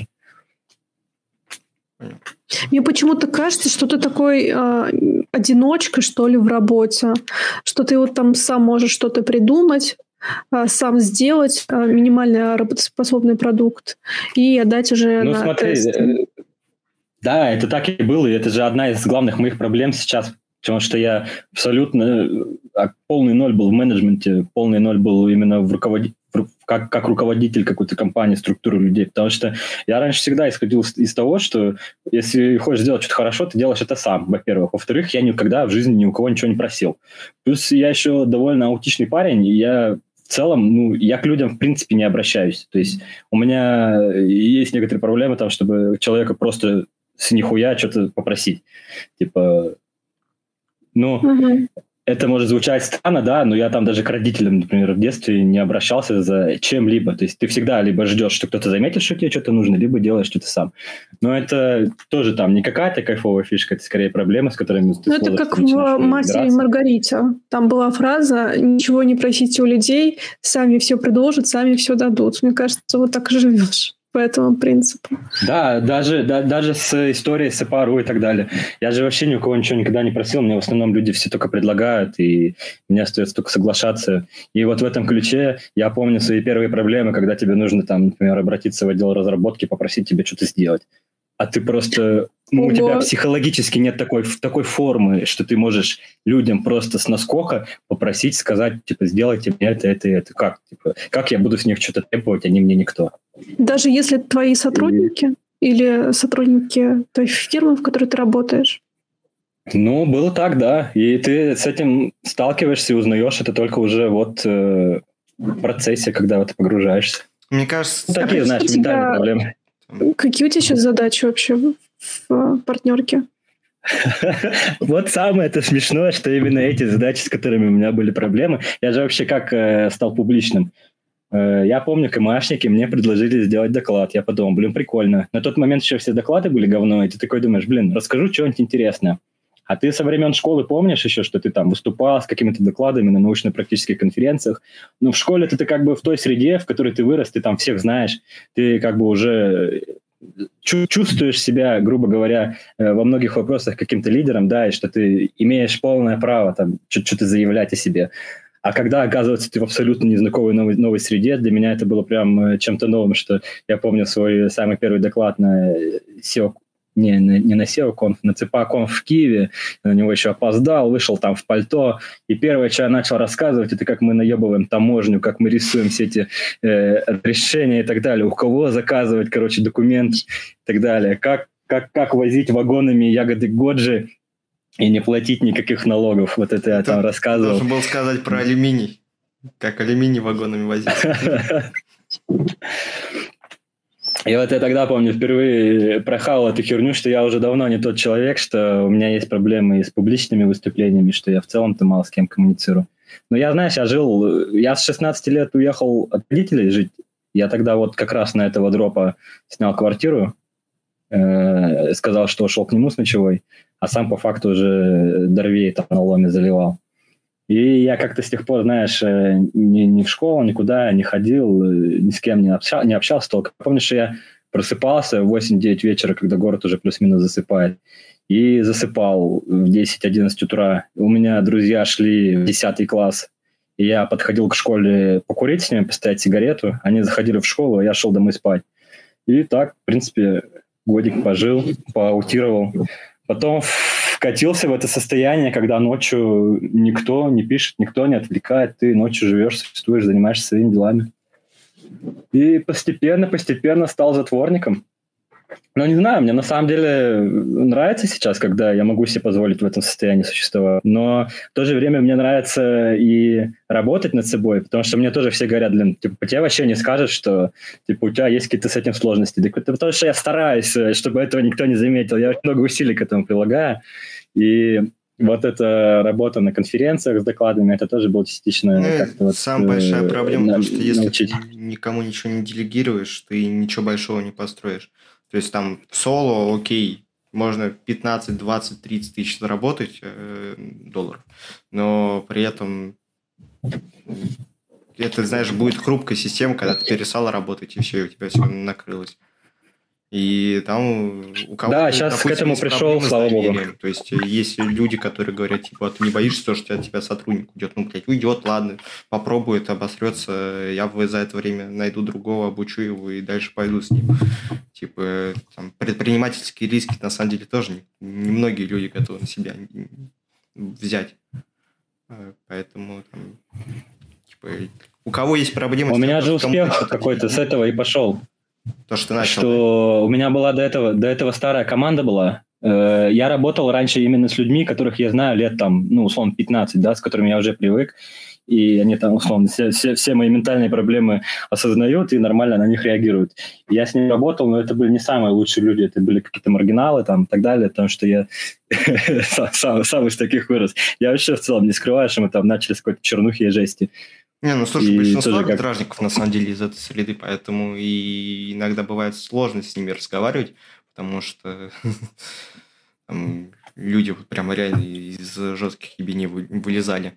Мне почему-то кажется, что ты такой э, одиночка, что ли, в работе, что ты вот там сам можешь что-то придумать, сам сделать минимально работоспособный продукт и отдать уже ну, на смотри, тест. Да, это так и было, и это же одна из главных моих проблем сейчас, потому что я абсолютно полный ноль был в менеджменте, полный ноль был именно в руководителе, как, как руководитель какой-то компании, структуры людей, потому что я раньше всегда исходил из, из того, что если хочешь сделать что-то хорошо, ты делаешь это сам, во-первых. Во-вторых, я никогда в жизни ни у кого ничего не просил. Плюс я еще довольно аутичный парень, и я в целом, ну, я к людям, в принципе, не обращаюсь. То есть у меня есть некоторые проблемы там, чтобы человека просто с нихуя что-то попросить. Типа, ну, угу. Это может звучать странно, да, но я там даже к родителям, например, в детстве не обращался за чем-либо. То есть ты всегда либо ждешь, что кто-то заметит, что тебе что-то нужно, либо делаешь что-то сам. Но это тоже там не какая-то кайфовая фишка, это скорее проблемы, с которыми ты... Ну, это как в «Мастере и Маргарите». Там была фраза «Ничего не просите у людей, сами все предложат, сами все дадут». Мне кажется, вот так и живешь. По этому принципу. Да, даже, да, даже с историей Сепару и так далее. Я же вообще ни у кого ничего никогда не просил. Мне в основном люди все только предлагают, и мне остается только соглашаться. И вот в этом ключе я помню свои первые проблемы, когда тебе нужно, там, например, обратиться в отдел разработки, попросить тебя что-то сделать. А ты просто... Ну, у тебя психологически нет такой, такой формы, что ты можешь людям просто с наскока попросить, сказать, типа, сделайте мне это, это, это. Как? Типа, как я буду с них что-то требовать, они мне никто. Даже если твои сотрудники и... или сотрудники той фирмы, в которой ты работаешь? Ну, было так, да. И ты с этим сталкиваешься и узнаешь это только уже вот э, в процессе, когда вот ты погружаешься. Мне кажется... Ну, такие, знаешь, тебя... ментальные проблемы. Какие у тебя сейчас задачи вообще в, в партнерке? Вот самое это смешное, что именно эти задачи, с которыми у меня были проблемы, я же вообще как э, стал публичным. Э, я помню, КМАшники мне предложили сделать доклад. Я подумал, блин, прикольно. На тот момент еще все доклады были говно, и ты такой думаешь, блин, расскажу что-нибудь интересное. А ты со времен школы помнишь еще, что ты там выступал с какими-то докладами на научно-практических конференциях? Ну, в школе ты как бы в той среде, в которой ты вырос, ты там всех знаешь, ты как бы уже чувствуешь себя, грубо говоря, во многих вопросах каким-то лидером, да, и что ты имеешь полное право там что-то заявлять о себе. А когда, оказывается, ты в абсолютно незнакомой новой, новой среде, для меня это было прям чем-то новым, что я помню свой самый первый доклад на сео Не, не на SEO-конф, на ЦПА-конф в Киеве, на него еще опоздал, вышел там в пальто, и первое, что я начал рассказывать, это как мы наебываем таможню, как мы рисуем все эти э, решения и так далее, у кого заказывать, короче, документ и так далее, как, как, как возить вагонами ягоды Годжи и не платить никаких налогов. Вот это я там рассказывал. Должен был сказать про алюминий, как алюминий вагонами возить. И вот я тогда, помню, впервые прохавал эту херню, что я уже давно не тот человек, что у меня есть проблемы и с публичными выступлениями, что я в целом-то мало с кем коммуницирую. Но я, знаешь, я жил... Я с шестнадцати лет уехал от родителей жить. Я тогда вот как раз на этого дропа снял квартиру, э, сказал, что ушел к нему с ночевой, а сам по факту уже дорвей там на ломе заливал. И я как-то с тех пор, знаешь, ни, ни в школу, никуда не ходил, ни с кем не, общал, не общался толком. Помню, что я просыпался в восемь-девять вечера, когда город уже плюс-минус засыпает, и засыпал в десять-одиннадцать утра. У меня друзья шли в десятый класс, и я подходил к школе покурить с ними, поставить сигарету. Они заходили в школу, а я шел домой спать. И так, в принципе, годик пожил, поаутировал. Потом вкатился в это состояние, когда ночью никто не пишет, никто не отвлекает, ты ночью живешь, существуешь, занимаешься своими делами. И постепенно-постепенно стал затворником. Ну, не знаю, мне на самом деле нравится сейчас, когда я могу себе позволить в этом состоянии существовать. Но в то же время мне нравится и работать над собой, потому что мне тоже все говорят, блин, типа, тебе вообще не скажут, что типа, у тебя есть какие-то с этим сложности. Так, это потому что я стараюсь, чтобы этого никто не заметил. Я очень много усилий к этому прилагаю. И вот эта работа на конференциях с докладами, это тоже было частично... Ну, как-то вот, самая большая э, проблема, на, потому что если научить. ты никому ничего не делегируешь, ты ничего большого не построишь. То есть там соло, окей, можно пятнадцать, двадцать, тридцать тысяч заработать э, долларов, но при этом это, знаешь, будет хрупкая система, когда ты перестал работать, и все, и у тебя все накрылось. И там у кого-то... Да, сейчас допустим, к этому есть пришел, проблемы с слава богу. доверием. То есть есть люди, которые говорят, типа, ты не боишься, что от тебя сотрудник уйдет? Ну, блядь, уйдет, ладно, попробует, обосрется, я за это время найду другого, обучу его и дальше пойду с ним. Типа, там, предпринимательские риски, на самом деле, тоже не, не многие люди готовы на себя взять. Поэтому, там, типа, у кого есть проблемы... У меня же успех какой-то с этого и пошел. То, что начал. Что у меня была до этого, до этого старая команда была. Я работал раньше именно с людьми, которых я знаю лет там, ну, условно, пятнадцать, да, с которыми я уже привык. И они там, условно, все, все, все мои ментальные проблемы осознают и нормально на них реагируют. Я с ними работал, но это были не самые лучшие люди, это были какие-то маргиналы там и так далее, потому что я сам, сам из таких вырос. Я вообще в целом не скрываю, что мы там начали с какой-то чернухи и жести. Не, ну слушай, и большинство как... стражников на самом деле из этой среды, поэтому и иногда бывает сложно с ними разговаривать, потому что там, люди вот прямо реально из жестких ебеней вылезали.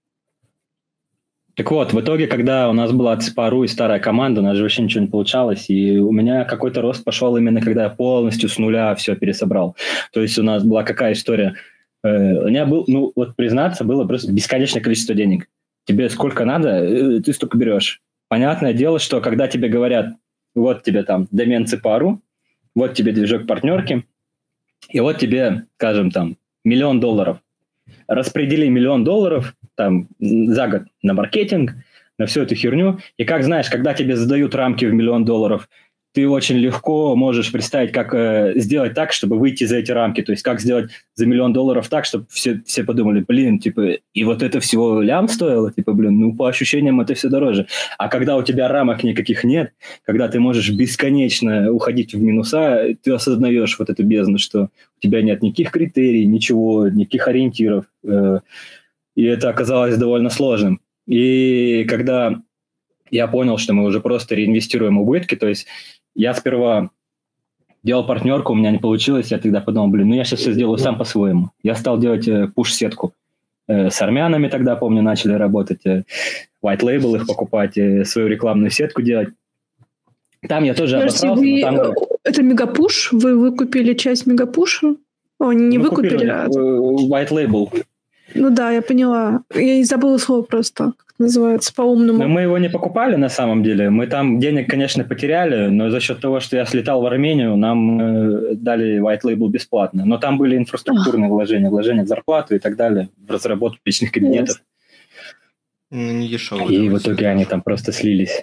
Так вот, в итоге, когда у нас была ЦПАРУ и старая команда, у нас же вообще ничего не получалось, и у меня какой-то рост пошел именно, когда я полностью с нуля все пересобрал. То есть у нас была какая история? У меня был, ну вот признаться, было просто бесконечное количество денег. Тебе сколько надо, ты столько берешь. Понятное дело, что когда тебе говорят, вот тебе там домен ЦПАРУ, вот тебе движок партнерки, и вот тебе, скажем, там, миллион долларов. Распредели миллион долларов там, за год на маркетинг, на всю эту херню. И как знаешь, когда тебе задают рамки в миллион долларов, ты очень легко можешь представить, как э, сделать так, чтобы выйти за эти рамки. То есть как сделать за миллион долларов так, чтобы все, все подумали, блин, типа, и вот это всего лям стоило? Типа, блин, ну по ощущениям это все дороже. А когда у тебя рамок никаких нет, когда ты можешь бесконечно уходить в минуса, ты осознаешь вот эту бездну, что у тебя нет никаких критерий, ничего, никаких ориентиров. Э, и это оказалось довольно сложным. И когда я понял, что мы уже просто реинвестируем убытки, то есть я сперва делал партнерку, у меня не получилось, я тогда подумал, блин, ну я сейчас все сделаю сам по-своему. Я стал делать э, пуш-сетку. Э, с армянами тогда, помню, начали работать, э, white label их покупать, э, свою рекламную сетку делать. Там я тоже Подожди, обосрался. вы... Там... Это Мегапуш? Вы выкупили часть Мегапуша? О, не Мы выкупили, купили, а... э, white label. Ну да, я поняла. Я и забыла слово просто, как это называется, по-умному. Но мы его не покупали на самом деле. Мы там денег, конечно, потеряли, но за счет того, что я слетал в Армению, нам э, дали white label бесплатно. Но там были инфраструктурные вложения, вложения в зарплату и так далее, в разработку личных кабинетов. Ну, не дешево. И в итоге они там просто слились.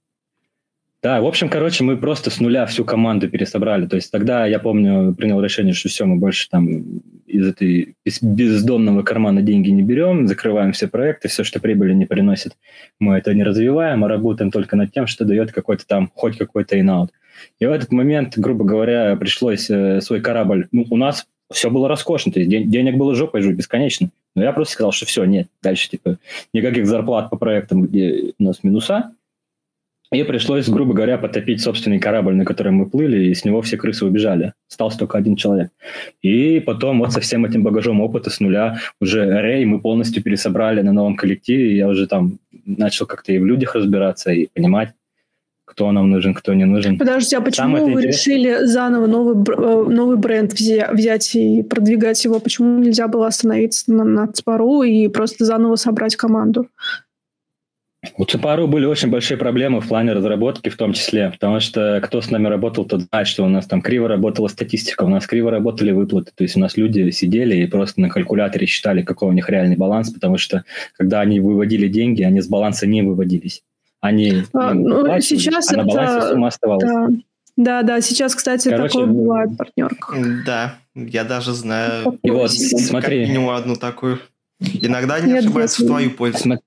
Да, в общем, короче, мы просто с нуля всю команду пересобрали. То есть тогда, я помню, принял решение, что все, мы больше там из этой бездонного кармана деньги не берем, закрываем все проекты, все, что прибыли не приносит, мы это не развиваем, а работаем только над тем, что дает какой-то там, хоть какой-то in-out. И в этот момент, грубо говоря, пришлось э, свой корабль... Ну, у нас все было роскошно, то есть ден- денег было жопой жуть бесконечно. Но я просто сказал, что все, нет, дальше типа никаких зарплат по проектам, где у нас минуса. И пришлось, грубо говоря, потопить собственный корабль, на котором мы плыли, и с него все крысы убежали. Остался только один человек. И потом вот со всем этим багажом опыта с нуля уже Рэй мы полностью пересобрали на новом коллективе, и я уже там начал как-то и в людях разбираться, и понимать, кто нам нужен, кто не нужен. Подождите, а почему вы интересно? решили заново новый, новый бренд взять и продвигать его? Почему нельзя было остановиться на, на Цепару и просто заново собрать команду? У Цепару были очень большие проблемы в плане разработки в том числе, потому что кто с нами работал, тот знает, что у нас там криво работала статистика, у нас криво работали выплаты, то есть у нас люди сидели и просто на калькуляторе считали, какой у них реальный баланс, потому что когда они выводили деньги, они с баланса не выводились. Они а, ну, сейчас а на балансе это... сумма оставалась. Да. Да, да, сейчас, кстати, Короче, такое бывает в партнерках. Да, я даже знаю и вот, смотри. как минимум одну такую. Иногда не Нет, ошибаются в твою пользу. Смотри.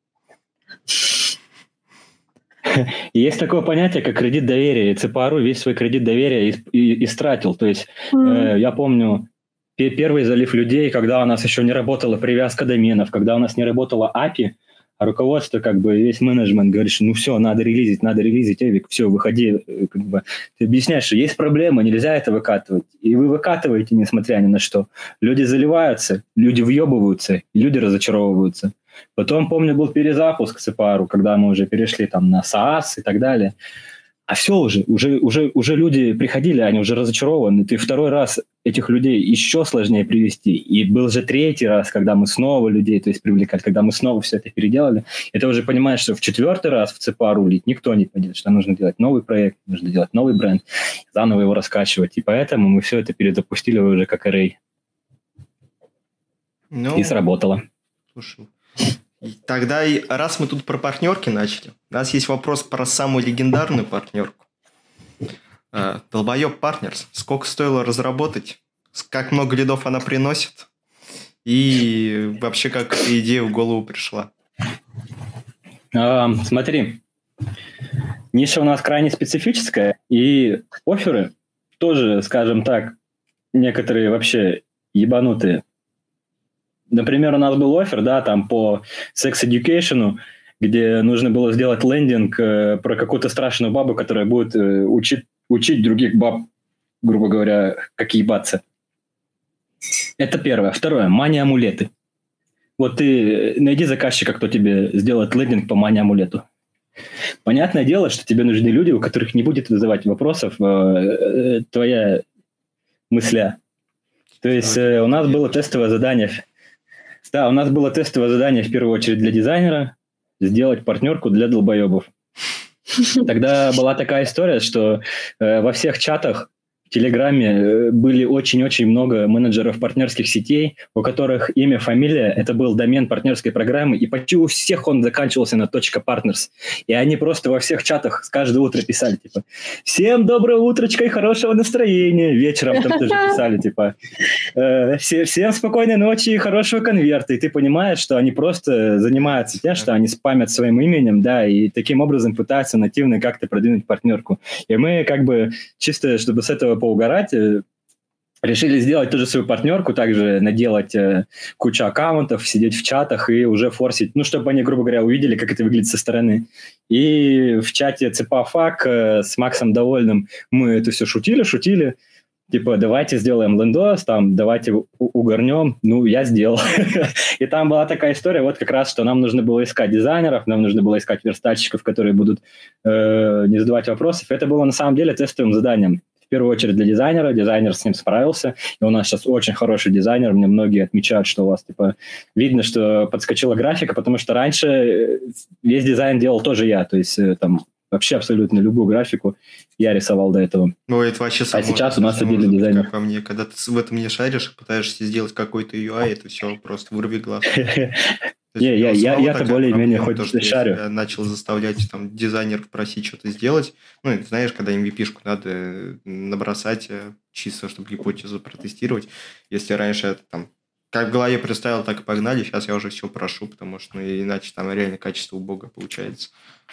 Есть такое понятие, как кредит доверия. И Цепару весь свой кредит доверия истратил. То есть mm. э, я помню первый залив людей, когда у нас еще не работала привязка доменов, когда у нас не работала эй пи ай, а руководство, как бы весь менеджмент говорит, что ну все, надо релизить, надо релизить, Эвик, все, выходи. Как бы. Ты объясняешь, что есть проблема, нельзя это выкатывать. И вы выкатываете, несмотря ни на что. Люди заливаются, люди въебываются, люди разочаровываются. Потом, помню, был перезапуск Цепару, когда мы уже перешли там на SaaS и так далее. А все уже, уже, уже, уже люди приходили, они уже разочарованы. Ты второй раз этих людей еще сложнее привести. И был же третий раз, когда мы снова людей то есть, привлекали, когда мы снова все это переделали. И ты уже понимаешь, что в четвертый раз в Цепару лить никто не пойдет, что нужно делать новый проект, нужно делать новый бренд, заново его раскачивать. И поэтому мы все это перезапустили уже как Array. Ну, и сработало. Слушай. Тогда, раз мы тут про партнерки начали, у нас есть вопрос про самую легендарную партнерку. Долбоеб Partners. Сколько стоило разработать? Как много лидов она приносит? И вообще, как эта идея в голову пришла? А, смотри. Ниша у нас крайне специфическая. И офферы тоже, скажем так, некоторые вообще ебанутые. Например, у нас был оффер, да, там по Sex Education, где нужно было сделать лендинг э, про какую-то страшную бабу, которая будет э, учить, учить других баб, грубо говоря, как ебаться. Это первое. Второе. Мани-амулеты. Вот ты найди заказчика, кто тебе сделает лендинг по мани-амулету. Понятное дело, что тебе нужны люди, у которых не будет вызывать вопросов э, э, твоя мысля. То есть э, у нас было тестовое задание... Да, у нас было тестовое задание в первую очередь для дизайнера сделать партнерку для долбоебов. Тогда была такая история, что э, во всех чатах в Телеграме были очень-очень много менеджеров партнерских сетей, у которых имя, фамилия, это был домен партнерской программы, и почти у всех он заканчивался на .partners. И они просто во всех чатах каждое утро писали, типа, «Всем доброе утрочко и хорошего настроения». Вечером там тоже писали, типа, э, «Всем спокойной ночи и хорошего конверта». И ты понимаешь, что они просто занимаются тем, что они спамят своим именем, да, и таким образом пытаются нативно как-то продвинуть партнерку. И мы как бы чисто, чтобы с этого поугарать, решили сделать ту же свою партнерку, также наделать э, кучу аккаунтов, сидеть в чатах и уже форсить, ну, чтобы они, грубо говоря, увидели, как это выглядит со стороны. И в чате ЦПАФАК э, с Максом Довольным мы это все шутили, шутили, типа, давайте сделаем лендос, там, давайте угорнем. Ну, я сделал. И там была такая история, вот как раз, что нам нужно было искать дизайнеров, нам нужно было искать верстальщиков, которые будут э, не задавать вопросов. Это было на самом деле тестовым заданием. В первую очередь для дизайнера, дизайнер с ним справился, и у нас сейчас очень хороший дизайнер, мне многие отмечают, что у вас, типа, видно, что подскочила графика, потому что раньше весь дизайн делал тоже я, то есть там вообще абсолютно любую графику я рисовал до этого. Ну, это вообще а сейчас у нас отдельный дизайнер. Как по мне, когда ты в этом не шаришь, пытаешься сделать какой-то ю ай, это все просто вырви глаз. Не, я, я, я-то более-менее хоть то, шарю. Я начал заставлять там дизайнеров просить что-то сделать. Ну, знаешь, когда эм ви пи-шку надо набросать чисто, чтобы гипотезу протестировать. Если раньше это там как в голове представил, так и погнали. Сейчас я уже все прошу, потому что ну, иначе там реально качество убого получается.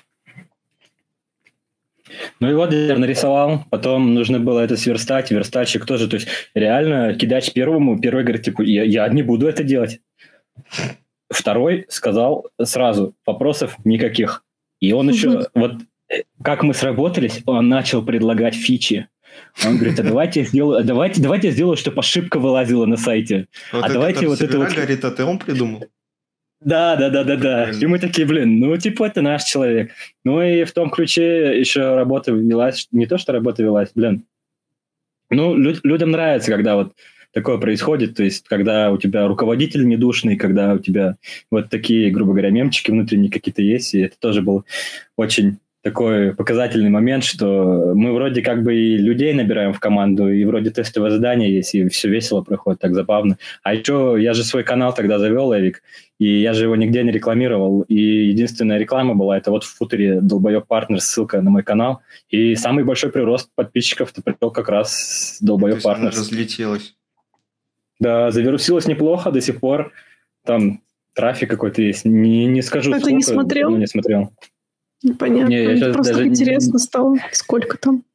Ну и вот я нарисовал, потом нужно было это сверстать, верстальщик тоже, то есть реально кидач первому, первый говорит, типа, я, я не буду это делать. Второй сказал сразу, вопросов никаких. И он еще, вот как мы сработались, он начал предлагать фичи. Он говорит, а давайте я сделаю, давайте, давайте я сделаю, чтобы ошибка вылазила на сайте. Вот а это, давайте вот это вот... говорит, а ты он придумал? Да, да, да, да, да. И мы такие, блин, ну, типа, это наш человек. Ну, и в том ключе еще работа велась, не то, что работа велась, блин. Ну, лю- людям нравится, когда вот такое происходит, то есть, когда у тебя руководитель недушный, когда у тебя вот такие, грубо говоря, мемчики внутренние какие-то есть, и это тоже был очень такой показательный момент, что мы вроде как бы и людей набираем в команду, и вроде тестовое задание есть, и все весело проходит, так забавно. А еще я же свой канал тогда завел, Эвик, и я же его нигде не рекламировал, и единственная реклама была, это вот в футере Долбоеб Партнер, ссылка на мой канал, и самый большой прирост подписчиков-то пришел как раз с Долбоеб Партнер. Разлетелось. Да, завирусилось неплохо до сих пор, там трафик какой-то есть, не, не скажу, а сколько. Ты не смотрел? Не смотрел. Понятно. Не, я просто даже интересно не... стало, сколько там.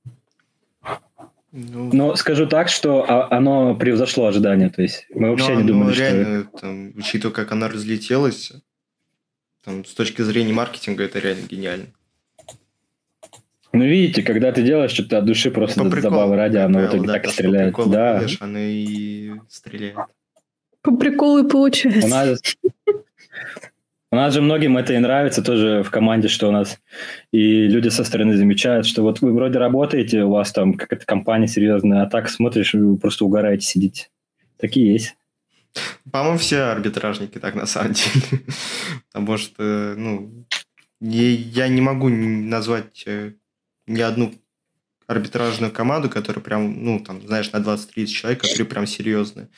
Ну, Но скажу так, что оно превзошло ожидания. То есть мы вообще ну, не думали, реально, что... Там, учитывая, как она разлетелась, там, с точки зрения маркетинга, это реально гениально. Ну, видите, когда ты делаешь что-то от души, просто По до приколу, забавы ради, оно в итоге да, так и да, стреляет. По приколу Да. делаешь, оно и стреляет. По приколу и получается. У нас... У нас же многим это и нравится тоже в команде, что у нас и люди со стороны замечают, что вот вы вроде работаете, у вас там какая-то компания серьезная, а так смотришь, вы просто угораете, сидите. Такие есть. По-моему, все арбитражники так на самом деле. Потому что, ну, я не могу назвать ни одну арбитражную команду, которая прям, ну, там, знаешь, на двадцать-тридцать человек, которые прям серьезные.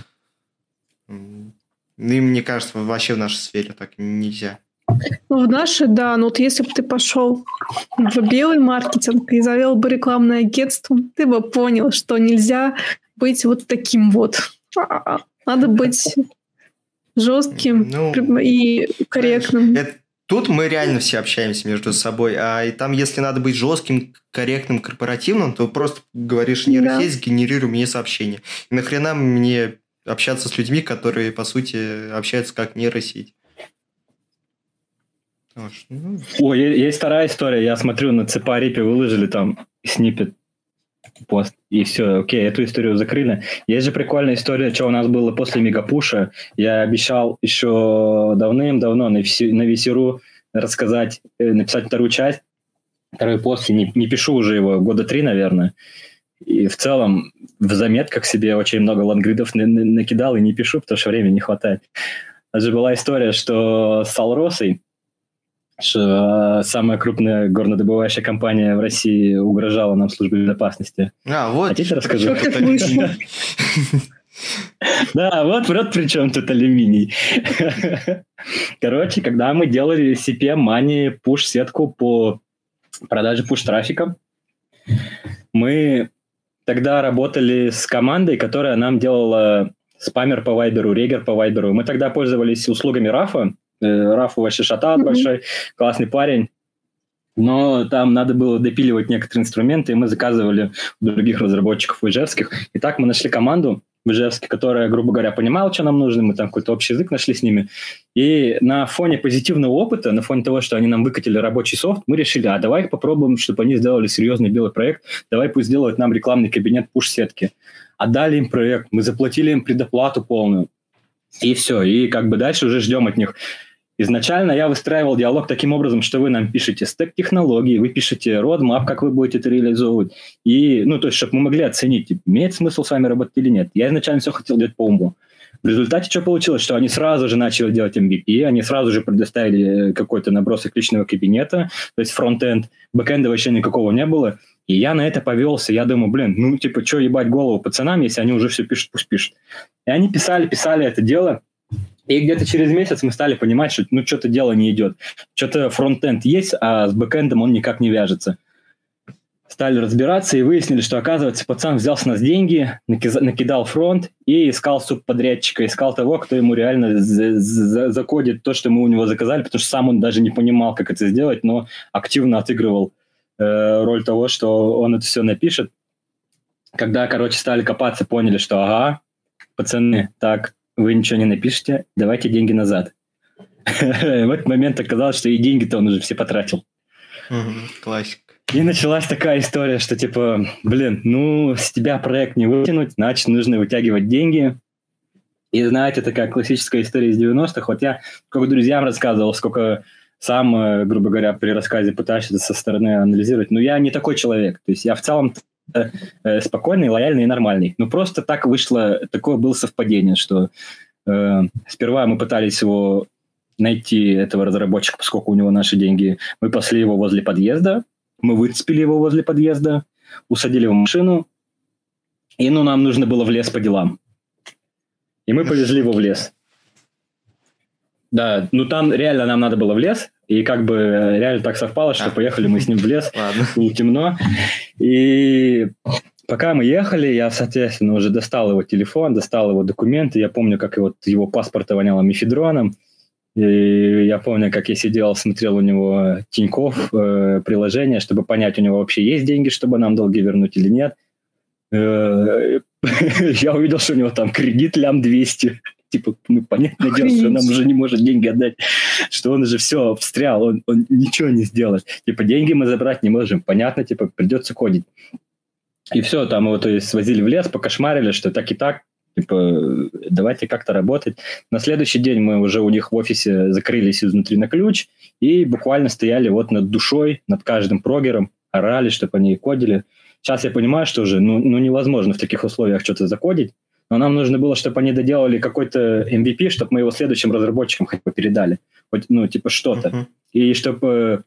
Ну, и мне кажется, вообще в нашей сфере так нельзя. Ну, в нашей, да. Но вот если бы ты пошел в белый маркетинг и завел бы рекламное агентство, ты бы понял, что нельзя быть вот таким вот. Надо быть жестким ну, и корректным. Это, тут мы реально все общаемся между собой. А и там, если надо быть жестким, корректным, корпоративным, то просто говоришь нейросеть, да. Генерируй мне сообщение. И нахрена мне... общаться с людьми, которые, по сути, общаются как нейросеть. Ну... Ой, есть вторая история. Я смотрю, на Цепарипе выложили там сниппет пост, и все, окей, эту историю закрыли. Есть же прикольная история, что у нас было после мегапуша. Я обещал еще давным-давно на Весеру рассказать, написать вторую часть, второй пост, не, не пишу уже его, года три, наверное. И в целом в заметках себе очень много лонгридов накидал и не пишу, потому что времени не хватает. Даже была история, что с Алросой, что самая крупная горнодобывающая компания в России угрожала нам службе безопасности. А, вот. Хотите расскажу? Да, вот вот при чем тут алюминий. Короче, когда мы делали си пи эм Money пуш-сетку по продаже пуш-трафика, мы... Тогда работали с командой, которая нам делала спамер по Вайберу, регер по Вайберу. Мы тогда пользовались услугами Рафа. Рафа вообще шатаут mm-hmm. большой, классный парень. Но там надо было допиливать некоторые инструменты, и мы заказывали у других разработчиков в ижевских. И так мы нашли команду в Ижевске, которая, грубо говоря, понимала, что нам нужно. Мы там какой-то общий язык нашли с ними. И на фоне позитивного опыта, на фоне того, что они нам выкатили рабочий софт, мы решили, а давай попробуем, чтобы они сделали серьезный белый проект. Давай пусть сделают нам рекламный кабинет пуш-сетки. Отдали им проект, мы заплатили им предоплату полную. И все. И как бы дальше уже ждем от них. Изначально я выстраивал диалог таким образом, что вы нам пишете стек технологий, вы пишете roadmap, как вы будете это реализовывать. И, ну, то есть, чтобы мы могли оценить, имеет смысл с вами работать или нет. Я изначально все хотел делать по уму. В результате что получилось? Что они сразу же начали делать эм ви пи, они сразу же предоставили какой-то набросок личного кабинета, то есть фронт-энд, бэкэнда вообще никакого не было. И я на это повелся. Я думаю, блин, ну, типа, что ебать голову пацанам, если они уже все пишут, пусть пишут. И они писали, писали это дело. И где-то через месяц мы стали понимать, что ну что-то дело не идет. Что-то фронт-энд есть, а с бэкэндом он никак не вяжется. Стали разбираться и выяснили, что, оказывается, пацан взял с нас деньги, накидал фронт и искал субподрядчика, искал того, кто ему реально за- за- закодит то, что мы у него заказали, потому что сам он даже не понимал, как это сделать, но активно отыгрывал э, роль того, что он это все напишет. Когда, короче, стали копаться, поняли, что ага, пацаны, так, вы ничего не напишете, давайте деньги назад. В этот момент оказалось, что и деньги-то он уже все потратил. Классика. И началась такая история, что типа, блин, ну, с тебя проект не вытянуть, значит, нужно вытягивать деньги. И знаете, такая классическая история из девяностых. Вот я сколько друзьям рассказывал, сколько сам, грубо говоря, при рассказе пытаюсь это со стороны анализировать. Но я не такой человек. То есть я в целом спокойный, лояльный и нормальный. Но просто так вышло, такое было совпадение, что э, сперва мы пытались его найти, этого разработчика, поскольку у него наши деньги. Мы пасли его возле подъезда. Мы выцепили его возле подъезда, усадили в машину, и ну, нам нужно было в лес по делам. И мы повезли его в лес. Да, ну там реально нам надо было в лес, и как бы реально так совпало, что поехали мы с ним в лес, было темно. И пока мы ехали, я, соответственно, уже достал его телефон, достал его документы, я помню, как его, его паспорта воняло мефедроном. И я помню, как я сидел, смотрел у него Тинькофф э, приложение, чтобы понять, у него вообще есть деньги, чтобы нам долги вернуть или нет. Э, я увидел, что у него там кредит лям двести. Типа, ну, понятное дело, что нам уже не может деньги отдать, что он уже все встрял, он, он ничего не сделает. Типа, деньги мы забрать не можем. Понятно, типа, придется кодить. И все, там его, то есть, свозили в лес, покошмарили, что так и так, типа, давайте как-то работать. На следующий день мы уже у них в офисе закрылись изнутри на ключ и буквально стояли вот над душой, над каждым прогером, орали, чтобы они кодили. Сейчас я понимаю, что уже ну, ну невозможно в таких условиях что-то закодить, но нам нужно было, чтобы они доделали какой-то эм ви пи, чтобы мы его следующим разработчикам хоть бы передали. Хоть, ну, типа, что-то. Uh-huh. И чтобы,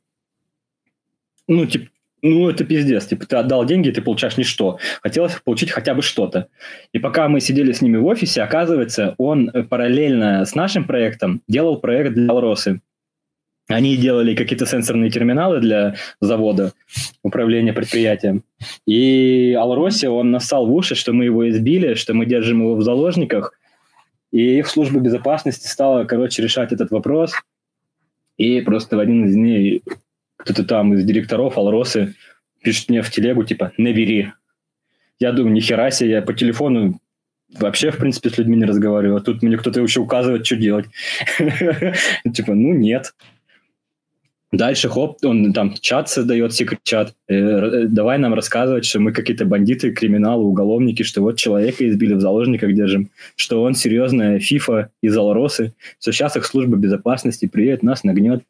ну, типа, ну, это пиздец. Типа, ты отдал деньги, ты получаешь ничто. Хотелось получить хотя бы что-то. И пока мы сидели с ними в офисе, оказывается, он параллельно с нашим проектом делал проект для Алросы. Они делали какие-то сенсорные терминалы для завода, управления предприятием. И Алросе он нассал в уши, что мы его избили, что мы держим его в заложниках. И их служба безопасности стала, короче, решать этот вопрос. И просто в один из дней кто-то там из директоров Алросы пишет мне в телегу, типа, не бери. Я думаю, нихера себе, я по телефону вообще, в принципе, с людьми не разговариваю. А тут мне кто-то еще указывает, что делать. Типа, ну, нет. Дальше, хоп, он там чат создает, секрет-чат. Давай нам рассказывать, что мы какие-то бандиты, криминалы, уголовники, что вот человека избили, в заложниках держим, что он серьезная фифа из Алросы, что сейчас их служба безопасности приедет, нас нагнет.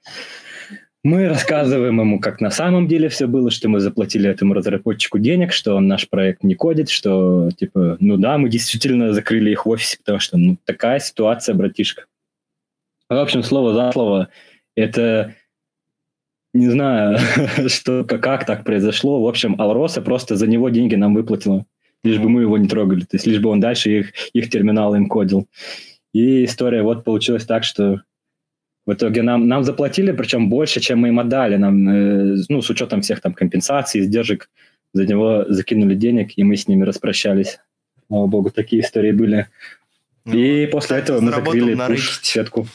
Мы рассказываем ему, как на самом деле все было, что мы заплатили этому разработчику денег, что он наш проект не кодит, что, типа, ну да, мы действительно закрыли их в офисе, потому что, ну, такая ситуация, братишка. В общем, слово за слово, это, не знаю, что, как так произошло. В общем, Алроса просто за него деньги нам выплатила, лишь бы мы его не трогали, то есть лишь бы он дальше их, их терминалы им кодил. И история вот получилась так, что в итоге нам, нам заплатили, причем больше, чем мы им отдали. Нам, э, ну, с учетом всех там компенсаций, издержек, за него закинули денег, и мы с ними распрощались. Слава богу, такие истории были. Ну, и после этого мы закрыли пуш-сетку.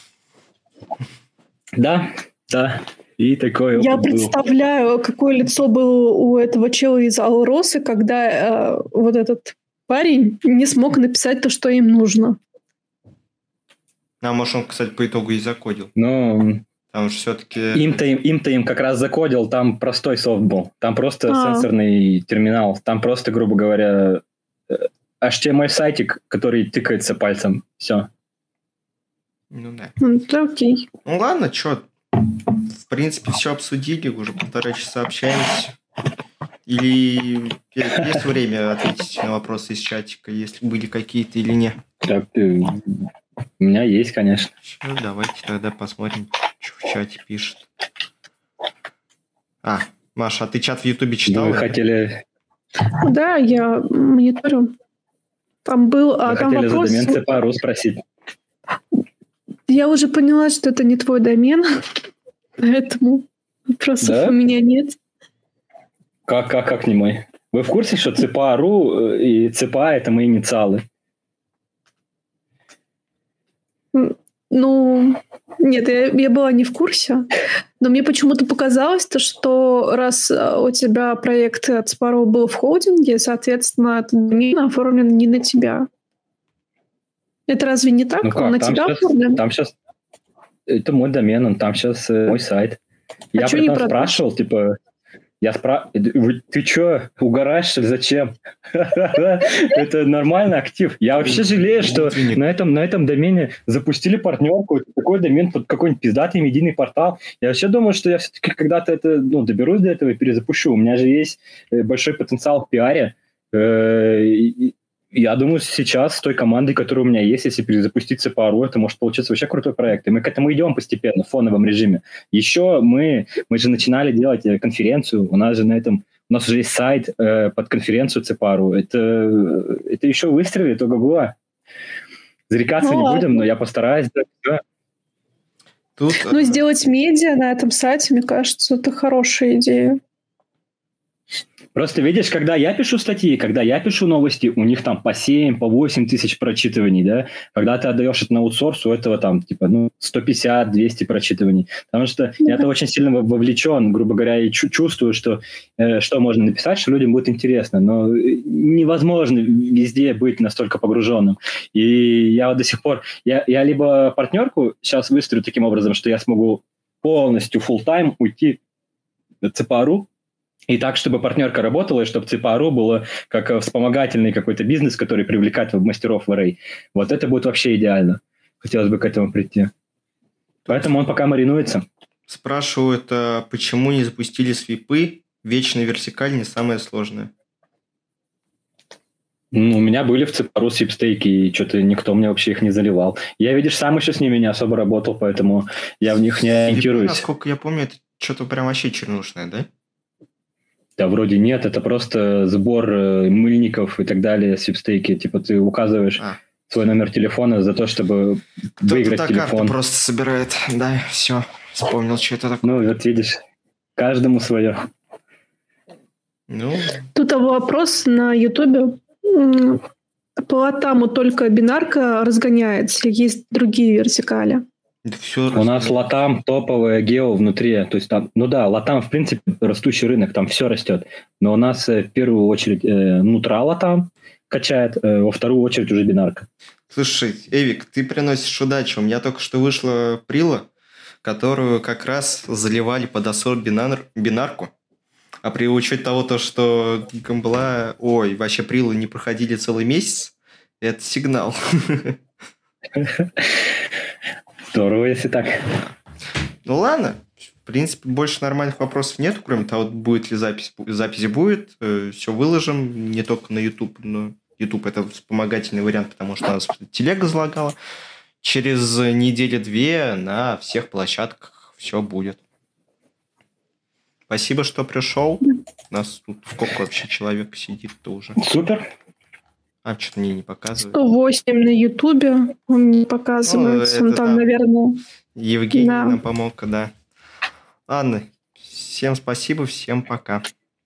Да, да. И такое. Я представляю, был. Какое лицо было у этого чела из Алросы, когда э, вот этот парень не смог написать то, что им нужно. А может, он, кстати, по итогу и закодил. Ну, там же все-таки... Им-то им, им-то им как раз закодил, там простой софт был. Там просто А-а-а. сенсорный терминал. Там просто, грубо говоря, эйч ти эм эль-сайтик, который тыкается пальцем. Все. Ну да. Ну, да, окей. Ну ладно, что, в принципе, все обсудили, уже полтора часа общаемся. Или есть время ответить на вопросы из чатика, если были какие-то или нет? Так, ты... У меня есть, конечно. Ну, давайте тогда посмотрим, что в чате пишет. А, Маша, а ты чат в Ютубе читала? Вы хотели... Да, я мониторю. Там был... Вы а, там хотели вопрос... за домен си пи эй точка ру спросить. Я уже поняла, что это не твой домен, поэтому вопросов да? у меня нет. Как, как, как не мой? Вы в курсе, что си пи эй точка ру и си пи эй это мои инициалы? Ну, нет, я, я была не в курсе, но мне почему-то показалось, то, что раз у тебя проект от Sparrow был в холдинге, соответственно, этот домен оформлен не на тебя. Это разве не так? Ну как? Он на там тебя сейчас, оформлен? Там сейчас... Это мой домен, он там сейчас э, мой сайт. Я при этом спрашивал, типа, я спрашиваю, ты что, угораешь, что ли, зачем? Это нормальный актив. Я вообще жалею, что на этом, на этом домене запустили партнерку, такой домен под какой-нибудь пиздатый медийный портал. Я вообще думаю, что я все-таки когда-то это, ну, доберусь до этого и перезапущу. У меня же есть большой потенциал в пиаре. Я думаю, сейчас с той командой, которая у меня есть, если перезапустить ЦПАРУ, это может получиться вообще крутой проект. И мы к этому идем постепенно, в фоновом режиме. Еще мы, мы же начинали делать конференцию, у нас же на этом, у нас уже есть сайт э, под конференцию ЦПАРУ. Это, это еще выстрелит, ого-го. Зарекаться ну, не будем, но я постараюсь. Да. Тут... Ну, сделать медиа на этом сайте, мне кажется, это хорошая идея. Просто видишь, когда я пишу статьи, когда я пишу новости, у них там по семь, по восемь тысяч прочитываний, да? Когда ты отдаешь это на аутсорс, у этого там типа ну, сто пятьдесят - двести прочитываний. Потому что я-то очень сильно вовлечен, грубо говоря, и чувствую, что, э, что можно написать, что людям будет интересно. Но невозможно везде быть настолько погруженным. И я вот до сих пор... Я, я либо партнерку сейчас выстрою таким образом, что я смогу полностью full-time уйти в ЦПАРУ, и так, чтобы партнерка работала, и чтобы ЦПАРУ было как вспомогательный какой-то бизнес, который привлекает мастеров в Array. Вот это будет вообще идеально. Хотелось бы к этому прийти. Поэтому он пока маринуется. Спрашивают, а почему не запустили свипы? Вечная вертикаль не самое сложное. Ну, у меня были в ЦПАРУ свипстейки, и что-то никто мне вообще их не заливал. Я, видишь, сам еще с ними не особо работал, поэтому я в них не ориентируюсь. Насколько я помню, это что-то прям вообще чернушное, да? Да, вроде нет, это просто сбор э, мыльников и так далее, свипстейки. Типа ты указываешь а. свой номер телефона за то, чтобы Кто-то выиграть телефон. Кто-то просто собирает, да, все, вспомнил, что это такое. Ну, вот видишь, каждому свое. Ну. Тут вопрос на Ютубе. По латаму только бинарка разгоняется, или есть другие вертикали? Все у нас латам топовая гео внутри, то есть там, ну да, латам в принципе растущий рынок, там все растет, но у нас в первую очередь э, нутра латам качает, э, во вторую очередь уже бинарка. Слушай, Эвик, ты приносишь удачу, у меня только что вышла прила, которую как раз заливали под особо бинар, бинарку, а при учете того, то, что гамбла, ой, вообще прилы не проходили целый месяц, это сигнал. Здорово, если так. Ну ладно, в принципе, больше нормальных вопросов нет, кроме того, будет ли запись. Запись будет, э, все выложим, не только на YouTube, но YouTube это вспомогательный вариант, потому что у нас телега залагала. Через неделю-две на всех площадках все будет. Спасибо, что пришел. У нас тут сколько вообще человек сидит-то уже? Супер. А, что-то мне не показывает. сто восемь на Ютубе он не показывается. Ну, там, там, наверное... Евгений да. нам помог, да. Ладно, всем спасибо, всем пока.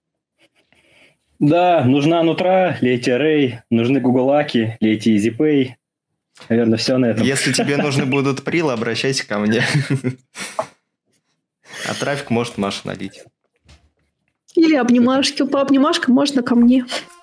Да, нужна нутра, лейте Array, нужны гуглаки, лейте EasyPay. Наверное, все на этом. Если тебе нужны будут прилы, обращайся ко мне. А трафик может Маша налить. Или обнимашки. По обнимашкам можно ко мне.